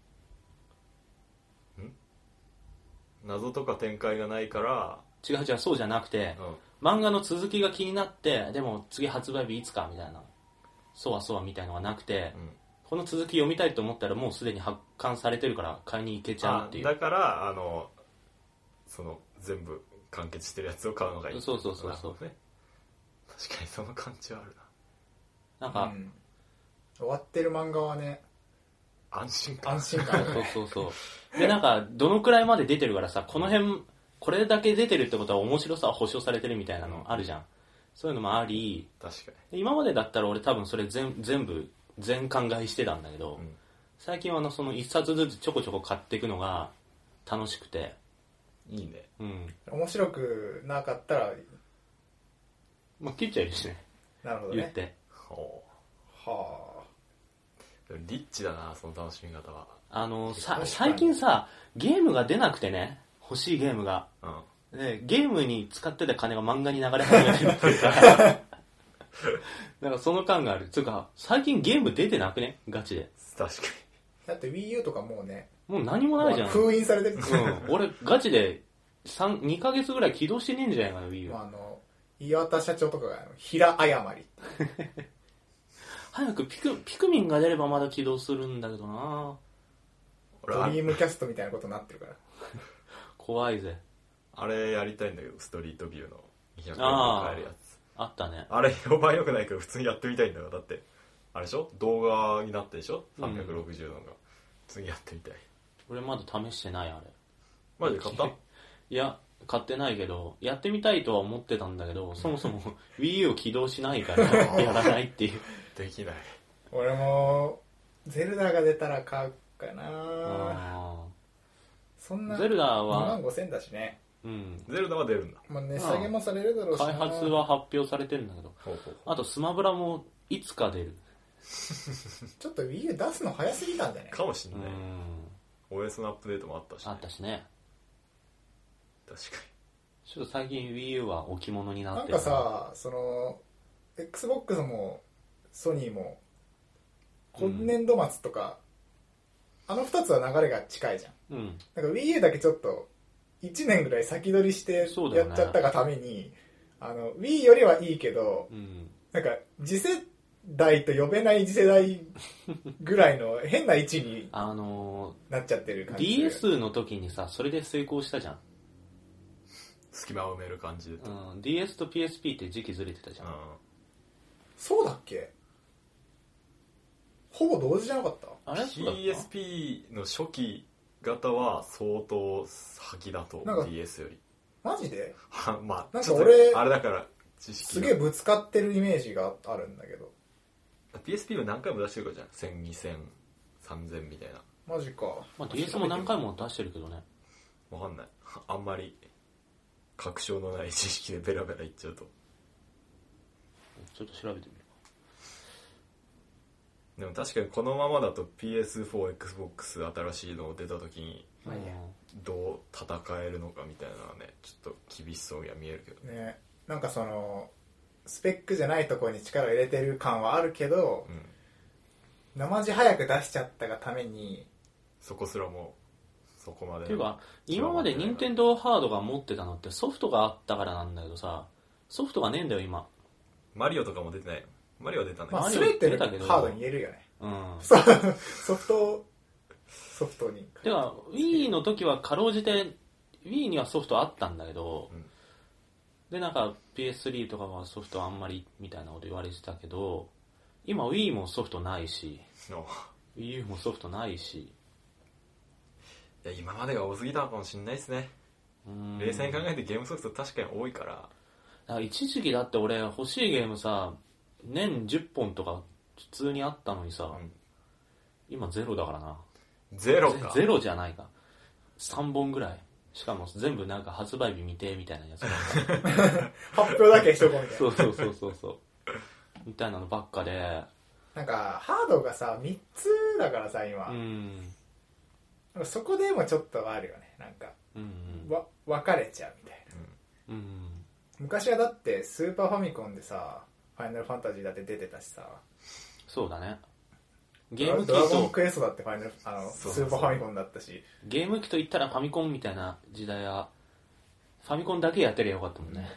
謎とか展開がないから。 違うそうじゃなくて、漫画の続きが気になって、でも次発売日いつかみたいなそわそわみたいのがなくて、この続き読みたいと思ったらもうすでに発刊されてるから買いに行けちゃうっていう。 だからその全部完結してるやつを買うのがいい。 そう、ね、 確かにその感じはあるな。なんか、 終わってる漫画はね安心感そうでなんかどのくらいまで出てるからさ、この辺これだけ出てるってことは面白さは保証されてるみたいなのあるじゃん。そういうのもあり、 確かに今までだったら俺多分それ全部全巻買いしてたんだけど、最近はその一冊ずつちょこちょこ買っていくのが楽しくていいね。 面白くなかったらまあ切っちゃいるしね。 なるほどね。 言ってリッチだな、その楽しみ方は。 最近さゲームが出なくてね、欲しいゲームが、でゲームに使ってた金が漫画に流れ始めてるっていうかなんかその感がある。つうか最近ゲーム出てなくね、ガチで。 確かに。 だって Wii U とかもうね、 もう何もないじゃん。 封印されてる。 俺ガチで2ヶ月ぐらい起動してねえんじゃないかな Wii U。 岩田社長とかが平誤り早くピクミンが出ればまだ起動するんだけどな。 ドリームキャストみたいなことになってるから怖いぜ。 あれやりたいんだけど、ストリートビューの200円で買えるやつ。 あったね。 あれ評判良くないけど普通にやってみたいんだよ。だってあれでしょ、動画になってでしょ、360度が、次やってみたい。 俺まだ試してない。あれマジで買った？ いや買ってないけどやってみたいとは思ってたんだけど、そもそも Wii U を起動しないからやらないっていうできない。 俺もゼルダが出たら買うかな。そんなゼルダは 2万5000だしね。 ゼルダは出るんだ。 まあ値下げもされるだろうしな。 開発は発表されてるんだけど、あとスマブラもいつか出るちょっと Wii U 出すの早すぎたんじゃないかもしんない。OS のアップデートもあったし、 あったしね。 確かに。 ちょっと最近 Wii U は置物になってる。 なんかさ、その Xbox もソニーも今年度末とか、あの2つは流れが近いじゃん。なんか Wii U だけちょっと1年ぐらい先取りしてやっちゃったがために、Wii よりはいいけど、なんか次世代と呼べない次世代ぐらいの変な位置になっちゃってる感じ、 DS の時にさそれで成功したじゃん。 隙間を埋める感じで、 DS と PSP って時期ずれてたじゃん、 そうだっけ。ほぼ同時じゃなかった。 あれ PSP の初期型は相当先だと DS より。 マジでまあなんか俺あれだから知識すげえぶつかってるイメージがあるんだけど。 PSP は何回も出してるからじゃん。1000、2000、3000みたいな。 マジか。 まあ、DS も何回も出してるけどね。 わかんない。あんまり確証のない知識でベラベラ言っちゃうと。 ちょっと調べてみる。 でも確かにこのままだと PS4、Xbox 新しいの出た時にどう戦えるのかみたいなのはね、ちょっと厳しそうには見えるけどね。なんかそのスペックじゃないところに力を入れてる感はあるけど、生地早く出しちゃったがためにそこすらもそこまで。 っていうか今まで任天堂ハードが持ってたのってソフトがあったからなんだけどさ、ソフトがねえんだよ今。 マリオとかも出てないの。マリオは出たんだけど、 まあ全てのハードに言えるよね。ソフトに。 てか Wii の時はかろうじて Wii にはソフトあったんだけど、でなんか PS3 とかはソフトあんまりみたいなこと言われてたけど、今 Wii もソフトないし、Wii U もソフトないし、いや今までが多すぎたのかもしれないですね。冷静に考えてゲームソフト確かに多いから。 だから一時期だって俺欲しいゲームさ年10本とか普通にあったのにさ、今ゼロだからな。 ゼロか。 ゼロじゃないか。3本ぐらい。しかも全部なんか発売日未定みたいなやつ発表だけしとこうみたいな。 そうみたいなのばっかで、 なんかハードがさ3つだからさ今、なんかそこでもちょっとあるよね。なんか、分かれちゃうみたいな、昔はだってスーパーファミコンでさファイナルファンタジーだって出てたしさ。 そうだね。ゲーム機ドラゴンクエストだってファイナルスーパーファミコンだったし、 ゲーム機といったらファミコンみたいな時代はファミコンだけやってりゃよかったもんね。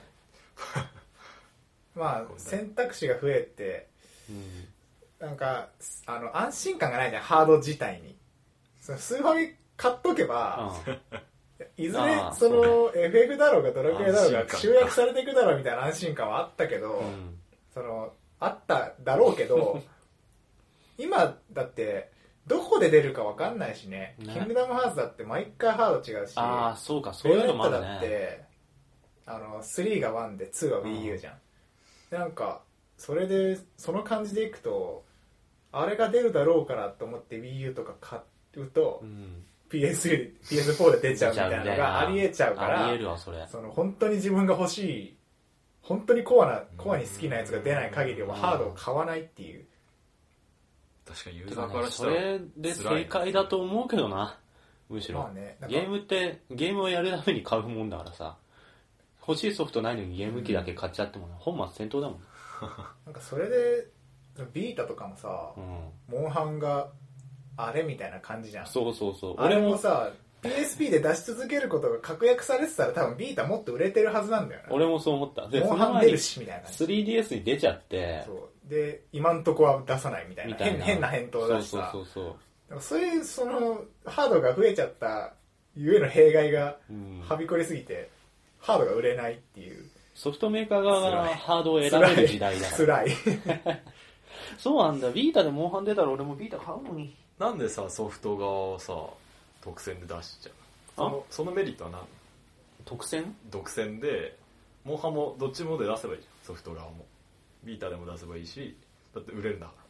まあ選択肢が増えて、なんか安心感がないじゃんハード自体に。そのスーファミ買っとけば、いずれその FF だろうがドラクエだろうが集約されていくだろうみたいな安心感はあったけど、そのあっただろうけど今だってどこで出るか分かんないしね。キングダムハーツだって毎回ハード違うし、 そうか、そういうのもあるね。 ベヨネッタだって3が1で2は Wii U じゃん、でなんかそれでその感じでいくとあれが出るだろうからと思って Wii U とか買うと、PS3、PS4 で出ちゃうみたいなのがありえちゃうから、 ありえるわそれ。 その本当に自分が欲しい本当にコアに好きなやつが出ない限りはハードを買わないっていう。 確かにユーザーからしたら、 それで正解だと思うけどな。むしろ、ゲームをやるために買うもんだからさ、欲しいソフトないのにゲーム機だけ買っちゃっても本末転倒だもん。 なんかそれでビータとかもさ、モンハンがあれみたいな感じじゃん。 そうあれもさ PSP で出し続けることが確約されてたら多分ビータもっと売れてるはずなんだよね。 俺もそう思った。 でモンハン出るしみたいな感じ。 3DS に出ちゃって、 そうで今んとこは出さないみたいな変な返答だしさ、そういうそのハードが増えちゃったゆえの弊害がはびこりすぎて、ハードが売れないっていう。 ソフトメーカー側がハードを選べる時代だから。 辛いそうなんだ。ビータでモンハン出たら俺もビータ買うのに。 なんでさソフト側をさ独占で出しちゃう。そのメリットは何？ 独占でモンハンもどっちもで出せばいいじゃん。ソフト側もビータでも出せばいいし、だって売れるんだから。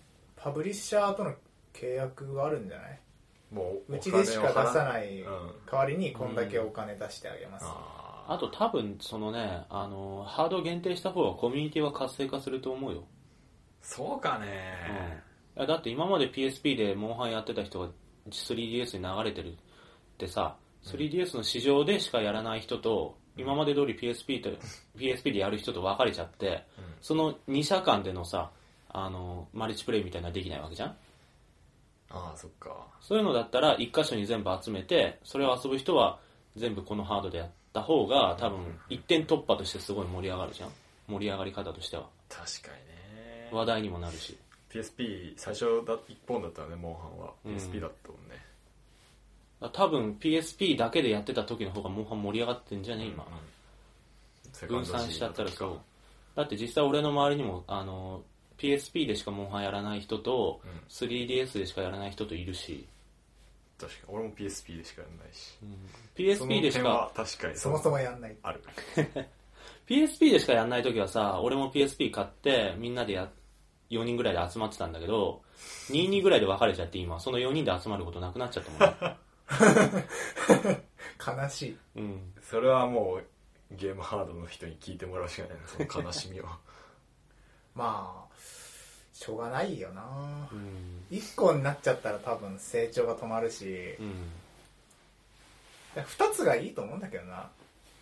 パブリッシャーとの契約があるんじゃない？ もうちでしか出さない代わりにこんだけお金出してあげます、 あと多分そのね、ハード限定した方がコミュニティは活性化すると思うよ。 そうかね、 だって今まで PSP でモンハンやってた人が 3DS に流れてるってさ、3DS の市場でしかやらない人と、今まで通り PSP でやる人と分かれちゃって、その2社間でのさ、マルチプレイみたいなのできないわけじゃん。 そっか。 そういうのだったら1箇所に全部集めて、それを遊ぶ人は全部このハードでやった方が多分一点突破としてすごい盛り上がるじゃん。盛り上がり方としては確かにね。 話題にもなるし。 PSP 最初1本だったね、モンハンは PSP だったもんね、 多分 PSP だけでやってた時の方がモンハン盛り上がってんじゃね今、分散しちゃったら。そうだって実際俺の周りにもPSP でしかモンハンやらない人と、3DS でしかやらない人といるし。 確かに俺も PSP でしかやらないし、 PSP でしか確かにそもそもやんないある PSP でしかやんない時はさ、俺も PSP 買ってみんなで4人ぐらいで集まってたんだけど、2人ぐらいで別れちゃって今その4人で集まることなくなっちゃったもん悲しい、 それはもうゲームハードの人に聞いてもらうしかないな、その悲しみをまあしょうがないよな、1個になっちゃったら多分成長が止まるし、2つがいいと思うんだけどな。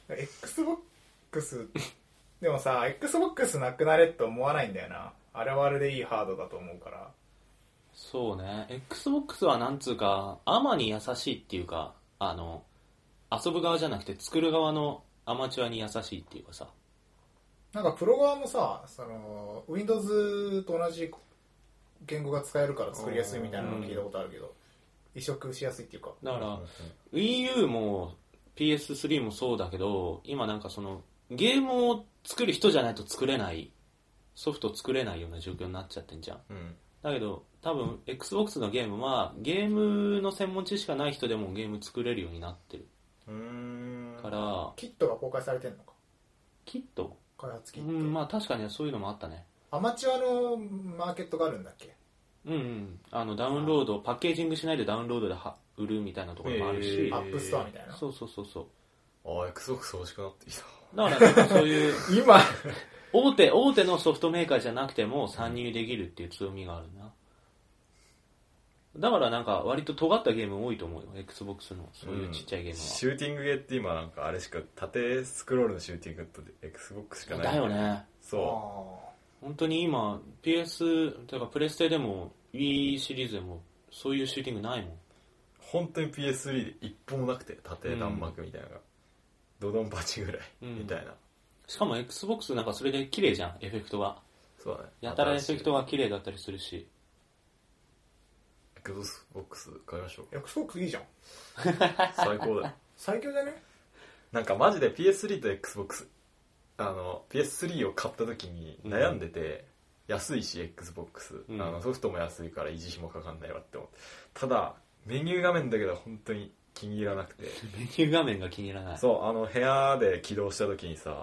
XBOX でもさ XBOX なくなれって思わないんだよな。あれはあれでいいハードだと思うから。 そうね、 XBOX はなんつうかアマに優しいっていうか、遊ぶ側じゃなくて作る側のアマチュアに優しいっていうかさ、 なんかプロ側もさ、Windows と同じ言語が使えるから作りやすいみたいなの聞いたことあるけど、移植しやすいっていうか。 だから Wii U も PS3 もそうだけど、今なんかそのゲームを作る人じゃないと作れない、ソフト作れないような状況になっちゃってんじゃん、だけど多分 XBOX のゲームはゲームの専門知識がない人でもゲーム作れるようになってるからキットが公開されてんのか。 キット開発キット、 まあ確かにそういうのもあったね。 アマチュアのマーケットがあるんだっけ。 ダウンロードパッケージングしないでダウンロードで売るみたいなところもあるし、 アップストアみたいな。 そう XBOX 欲しくなってきた。 だからなんかそういう今大手のソフトメーカーじゃなくても参入できるっていう強みがあるな。だからなんか割と尖ったゲーム多いと思うよ XBOX のそういうちっちゃいゲームは、 シューティングゲーって今なんかあれしか縦スクロールのシューティングって XBOX しかないだよね。 そう本当に今 PS というかプレステでも Wii シリーズでもそういうシューティングないもん。 本当に PS3 で一本もなくて、縦弾幕みたいなのが、ドドンパチぐらいみたいな、 しかも XBOX なんかそれで綺麗じゃん、エフェクトが。 そうだね、 やたらエフェクトが綺麗だったりするし。 XBOX 買いましょう。 XBOX いいじゃん最高だよ最強だね。 なんかマジで PS3 と XBOX PS3 を買った時に悩んでて、安いし XBOX、ソフトも安いから維持費もかかんないわって思って、ただメニュー画面だけど本当に気に入らなくてメニュー画面が気に入らない。 そう部屋で起動した時にさ、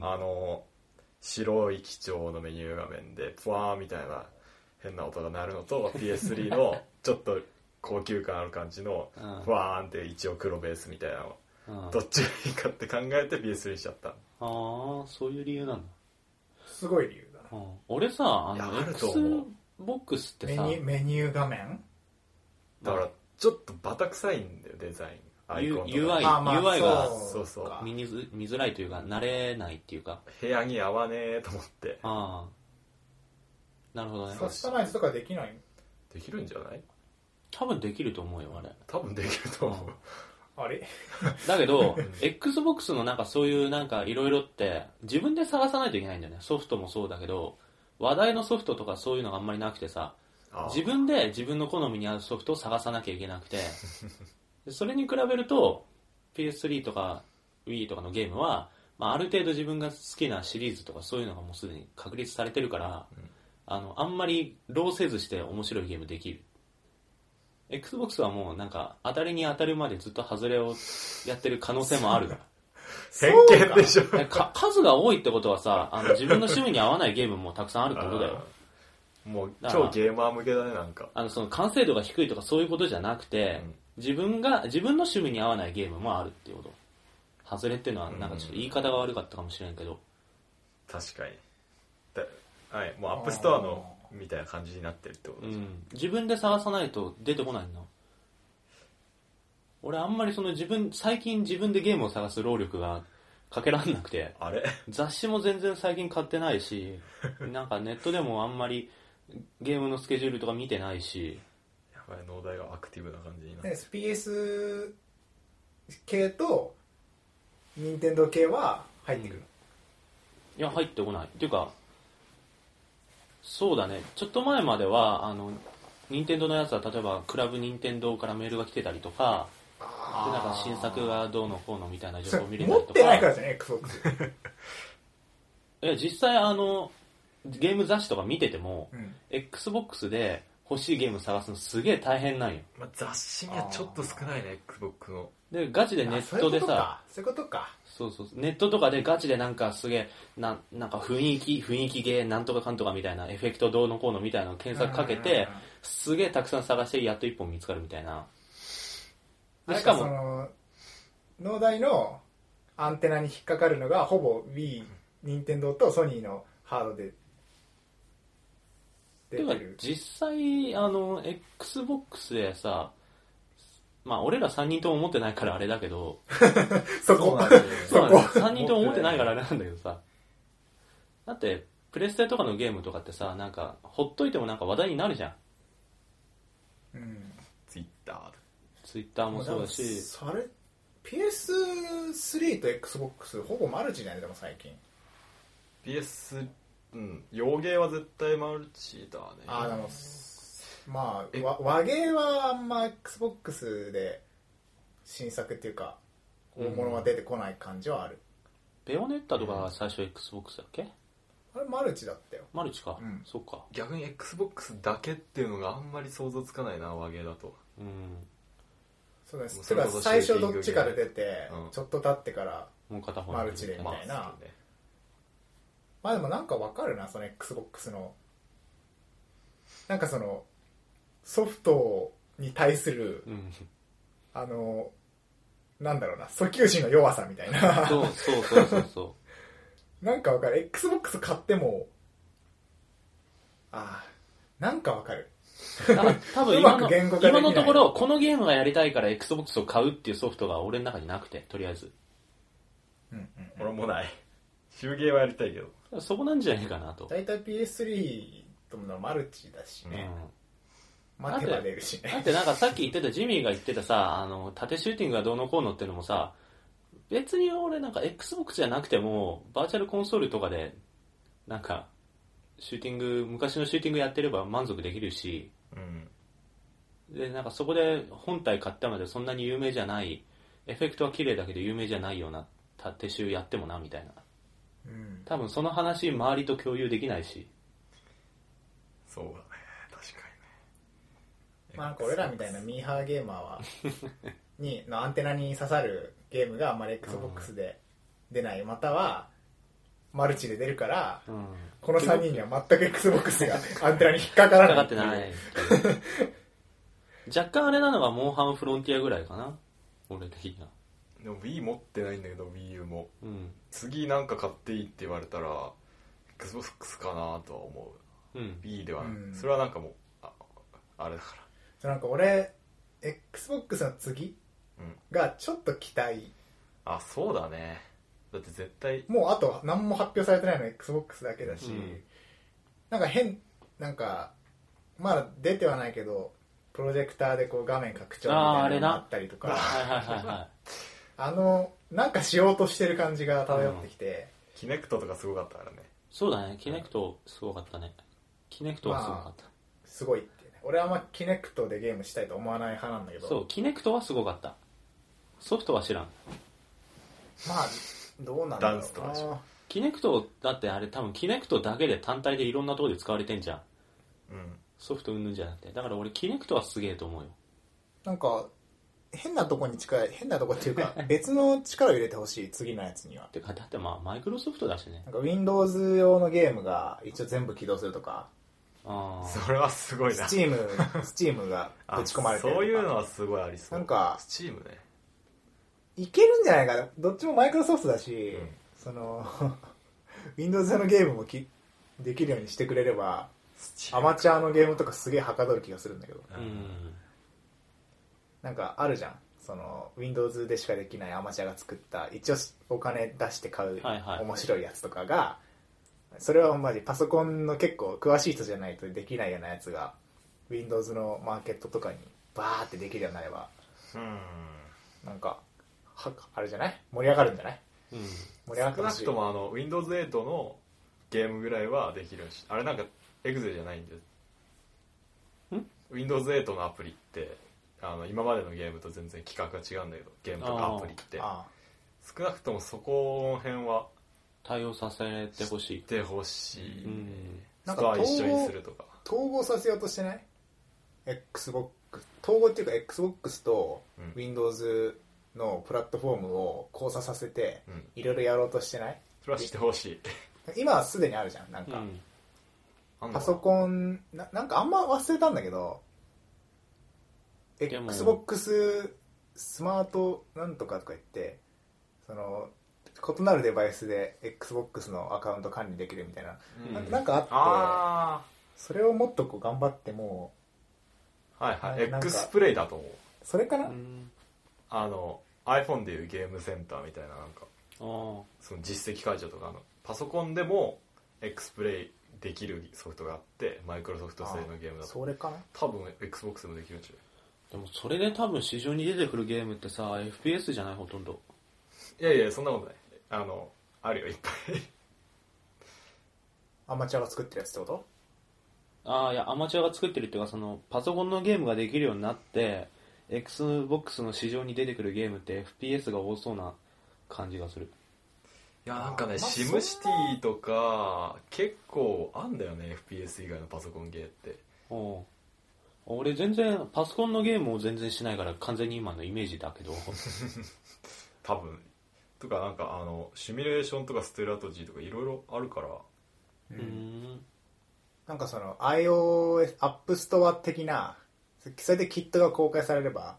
白い基調のメニュー画面でプワーみたいな変な音が鳴るのとPS3 のちょっと高級感ある感じのフワーンって一応黒ベースみたいなの、どっちがいいかって考えて PS3 にしちゃった。 そういう理由なんだ。 すごい理由だな。 俺さ XBOX ってさメニュー画面だからちょっとバタ臭いんだよ、デザインアイコンとか UI がそう見づらいというか慣れないっていうか、 部屋に合わねえと思って。 なるほどね。 カスタマイズとかできない？ できるんじゃない？ 多分できると思うよあれ。 多分できると思う。 あれだけどXBOX のなんかそういうなんかいろいろって自分で探さないといけないんだよね。ソフトもそうだけど話題のソフトとかそういうのがあんまりなくてさ、自分で自分の好みに合うソフトを探さなきゃいけなくてそれに比べると PS3 とか Wii とかのゲームは、ある程度自分が好きなシリーズとかそういうのがもうすでに確立されてるから、あんまり労せずして面白いゲームできる。Xbox はもうなんか当たりに当たるまでずっと外れをやってる可能性もあるから偏見でしょ数が多いってことはさ、自分の趣味に合わないゲームもたくさんあるってことだよ。 もう超ゲーマー向けだね。なんかその完成度が低いとかそういうことじゃなくて、自分の趣味に合わないゲームもあるっていうこと。外れっていうのはなんかちょっと言い方が悪かったかもしれないけど、 確かにもうアップストアのみたいな感じになってるってことです、 自分で探さないと出てこないんだ。俺あんまり最近自分でゲームを探す労力がかけらんなくて、 あれ雑誌も全然最近買ってないしなんかネットでもあんまりゲームのスケジュールとか見てないし、 やばい、脳内がアクティブな感じになって、 SPS 系と任天堂系は入ってくる、 いや入ってこないっていうか、 そうだね。ちょっと前までは任天堂のやつは例えばクラブ任天堂からメールが来てたりとか、でなんか新作がどうのこうのみたいな情報を見れたりとか。 持ってないからじゃね Xbox 実際ゲーム雑誌とか見てても、Xbox で欲しいゲーム探すのすげえ大変なんよ。 まあ、雑誌にはちょっと少ないね Xbox の。 でガチでネットでさ、 そういうことか。 そうネットとかでガチでなんかすげえなんか雰囲気ゲーなんとかかんとかみたいなエフェクトどうのこうのみたいなのを検索かけて、すげえたくさん探してやっと一本見つかるみたいな。 でしかもその農大のアンテナに引っかかるのがほぼ Wii、任天堂とソニーのハードで出てる。 実際Xbox でさ、まあ俺ら3人とも持ってないからあれだけどそこ 3人とも持ってないからあれなんだけどさ、だってプレステとかのゲームとかってさ、なんかほっといてもなんか話題になるじゃん。 ツイッターもそうだし、 それ PS3 と Xbox ほぼマルチだよね。でも最近 PS 洋ゲーは絶対マルチだね。 でもまあ和ゲーはあんま Xbox で新作っていうか大物が出てこない感じはある。 ベヨネッタとか最初 Xbox だっけ？ あれマルチだったよ。 マルチか、そっか。 逆に Xbox だけっていうのがあんまり想像つかないな、和ゲーだと。 そうです。てか最初どっちかで出て、ちょっと経ってからマルチでみたいな。まあでもなんかわかるな、その Xbox のなんかそのソフトに対する、なんだろうな、訴求心の弱さみたいな。そうなんかわかる。Xbox 買ってもなんかわかる。 多分今のところこのゲームがやりたいから Xbox を買うっていうソフトが俺の中になくて、とりあえず俺もない。集ゲーはやりたいけどそこなんじゃないかなと。 だいたい PS3 とのマルチだしね、待てば出るしね。 だってなんかさっき言ってたジミーが言ってたさ、縦シューティングがどうのこうのってのもさ、別に俺なんか Xbox じゃなくてもバーチャルコンソールとかでなんかシューティング、昔のシューティングやってれば満足できるし、でなんかそこで本体買ったまでそんなに有名じゃない、エフェクトは綺麗だけど有名じゃないような縦シューやってもなみたいな、多分その話周りと共有できないし。 そうだね、確かにね。 なんか俺らみたいなミーハーゲーマーのアンテナに刺さるゲームがあんまり Xbox で出ない、またはマルチで出るから、この3人には全く Xbox がアンテナに引っかからない。 引っかかってない若干あれなのがモンハンフロンティアぐらいかな、俺的には。 でも Wii 持ってないんだけど Wii U も、次なんか買っていいって言われたら Xbox かなとは思う、Wii では、それはなんかもうあれだから。 なんか俺 Xbox の次がちょっと期待、 そうだね。だって絶対もうあと何も発表されてないの Xbox だけだし、なんかなんかまだ出てはないけどプロジェクターでこう画面拡張みたいなのがあったりとか、なんかしようとしてる感じが漂ってきて、 キネクトとかすごかったからね。 そうだね、キネクトすごかったね。キネクトはすごかった、 すごいってね。俺はあんまキネクトでゲームしたいと思わない派なんだけど。 そう、キネクトはすごかった。ソフトは知らん。 まあどうなんだろうな。ダンスとかでしょ。 キネクトだってあれ多分キネクトだけで単体でいろんなところで使われてんじゃん。ソフトうんぬんじゃなくて、だから俺キネクトはすげえと思うよ。 なんか変なとこに近い、変なとこっていうか別の力を入れてほしい、次のやつには。 てかだってまあマイクロソフトだしね。 なんか Windows 用のゲームが一応全部起動するとか。 それはすごいな。 スチームがぶち込まれてるとか。 そういうのはすごいありそう。 なんかスチームね、 いけるんじゃないかな。どっちもマイクロソフトだし、そのWindows 用のゲームもできるようにしてくれればアマチュアのゲームとかすげえはかどる気がするんだけど、なんかあるじゃん、その Windows でしかできないアマチュアが作った一応お金出して買う面白いやつとかが、それはマジパソコンの結構詳しい人じゃないとできないようなやつが Windows のマーケットとかにバーってできるようになれば、なんかあれじゃない、盛り上がるんじゃない、 盛り上がってほしい。少なくともWindows 8のゲームぐらいはできるし、あれなんかエグゼじゃないんです。Windows 8のアプリって今までのゲームと全然規格が違うんだけど、ゲームとかアプリって少なくともそこの辺は対応させてほしい。 ストア一緒にするとか。 統合させようとしてない？ Xbox 統合っていうか Xbox と Windows のプラットフォームを交差させていろいろやろうとしてない？ それはしてほしい。 今はすでにあるじゃん。なんか、パソコンなんかあんま忘れたんだけど、Xbox スマートなんとかとか言ってその異なるデバイスで Xbox のアカウント管理できるみたいな、なんかあって、それをもっとこう頑張ってもはいはい、X プレイだと思う。 それかな、 iPhone でいうゲームセンターみたいな、なんかその実績解除とかパソコンでも X プレイできるソフトがあって、マイクロソフト製のゲームだとそれかな、 多分 Xbox でもできるんじゃない。 でもそれで多分市場に出てくるゲームってさ FPS じゃない？ほとんど。 いやいや、そんなことない。あるよ、いっぱい。 アマチュアが作ってるやつってこと？ いや、アマチュアが作ってるっていうか、そのパソコンのゲームができるようになって Xbox の市場に出てくるゲームって FPS が多そうな感じがする。 いや、なんかね、シムシティとか結構あんだよね、 FPS 以外のパソコンゲーって。 俺全然パソコンのゲームを全然しないから完全に今のイメージだけど多分とか、なんかシミュレーションとかステラトジーとかいろいろあるから、 なんかその iOS アップストア的な、それでキットが公開されれば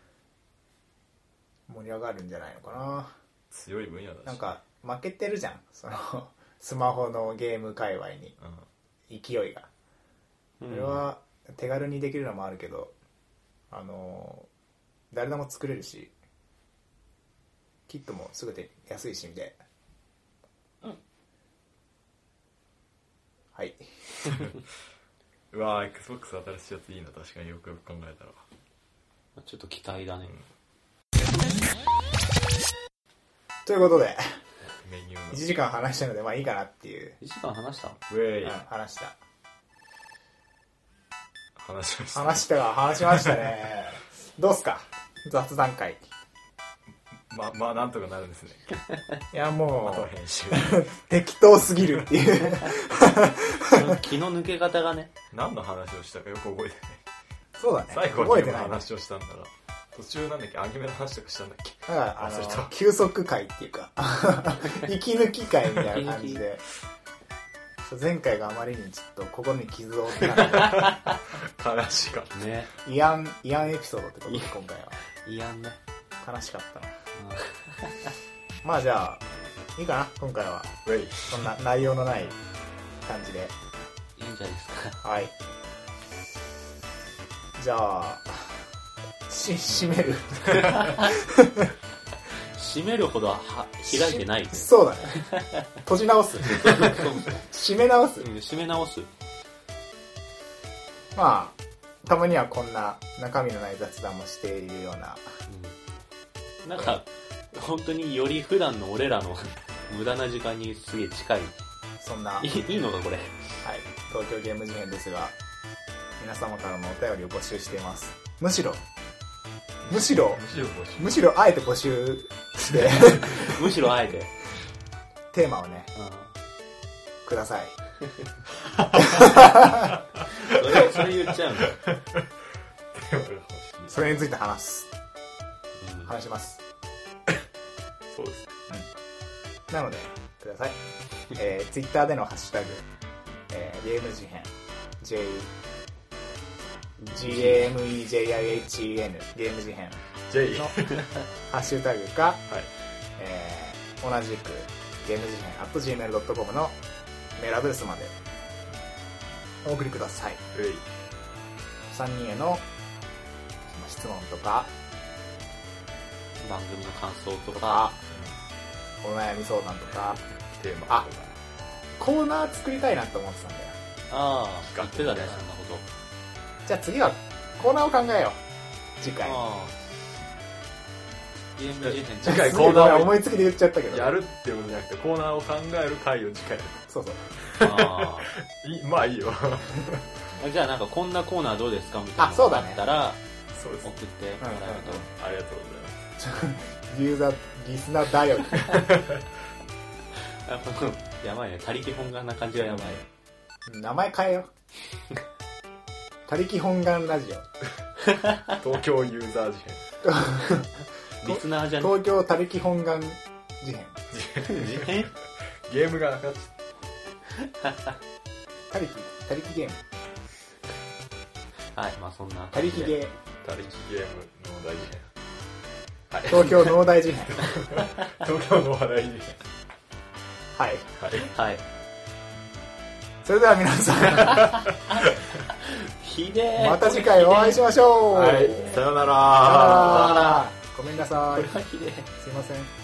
盛り上がるんじゃないのかな。 強い分野だし、 なんか負けてるじゃん、そのスマホのゲーム界隈に、勢いが。それは手軽にできるのもあるけど、誰でも作れるし、キットもすぐで安いしみたいな。はい。 うわー、 Xbox 新しいやついいな。確かによくよく考えたらちょっと期待だね、 ということでメニュー 1時間話したのでまあいいかなっていう。 1時間話した？ 話した。 話しましたね。どうすか、雑談会。 まあなんとかなるんですね。 いやもうあと編集適当すぎるっていう気の抜け方がね。 何の話をしたかよく覚えてない。 そうだね、 最後はゲームの話をしたんだら、途中なんだっけ、アニメの話とかしたんだっけ。 だから休息会っていうか息抜き会みたいな感じで前回があまりにちょっと心に傷を負ってなかった悲しかったね。 イアンエピソードってことで今回はイアンね、 悲しかったなまあじゃあいいかな今回は。そんな内容のない感じでいいんじゃないですか。 はい、じゃあ閉める閉めるほどは開いてない。 そうだね閉じ直す閉め直す、 閉め直す。 まあたまにはこんな中身のない雑談もしているような、 なんか本当により普段の俺らの無駄な時間にすげえ近い、 そんな、 いいのかこれ。 はい、東京ゲーム事変ですが、皆様からのお便りを募集しています。むしろあえて募集してむしろあえてテーマをね、くださいそれ言っちゃうんだそれについて話します。 そうです、 なのでください。ツイッターでのハッシュタグ、ゲーム事変 GAMEJIHEN ゲーム事変のハッシュタグか、同じくゲーム事変 @gmail.com のメールアドレスまでお送りください。3人への質問とか番組の感想とかお悩み相談とかテーマとか、 コーナー作りたいなと思ってたんだよ。 言ってたね、そんなこと。 じゃあ次はコーナーを考えよう、次回。 ゲーム事変次回コーナーを思いつきで言っちゃったけど、 やるっていうことじゃなくてコーナーを考える回を次回やる。 そうまあいいよじゃあなんかこんなコーナーどうですかみたいなのがあったら送ってもらえると、 ありがとうございますユーザーリスナーだよやばいね、他力本願な感じがやばい。名前変えよう他力本願ラジオ東京ユーザー事変リスナーじゃね、 東京他力本願事変ゲームがなくなっちゃった他力ゲーム、 はい、まあそんな他力ゲーム他力ゲームの大事変、 はい、東京農大事変東京農大事変はいはい、 それでは皆さんひでー、 また次回お会いしましょう。 はい、さよなら。 ごめんなさい。 これはひでー、 すいません。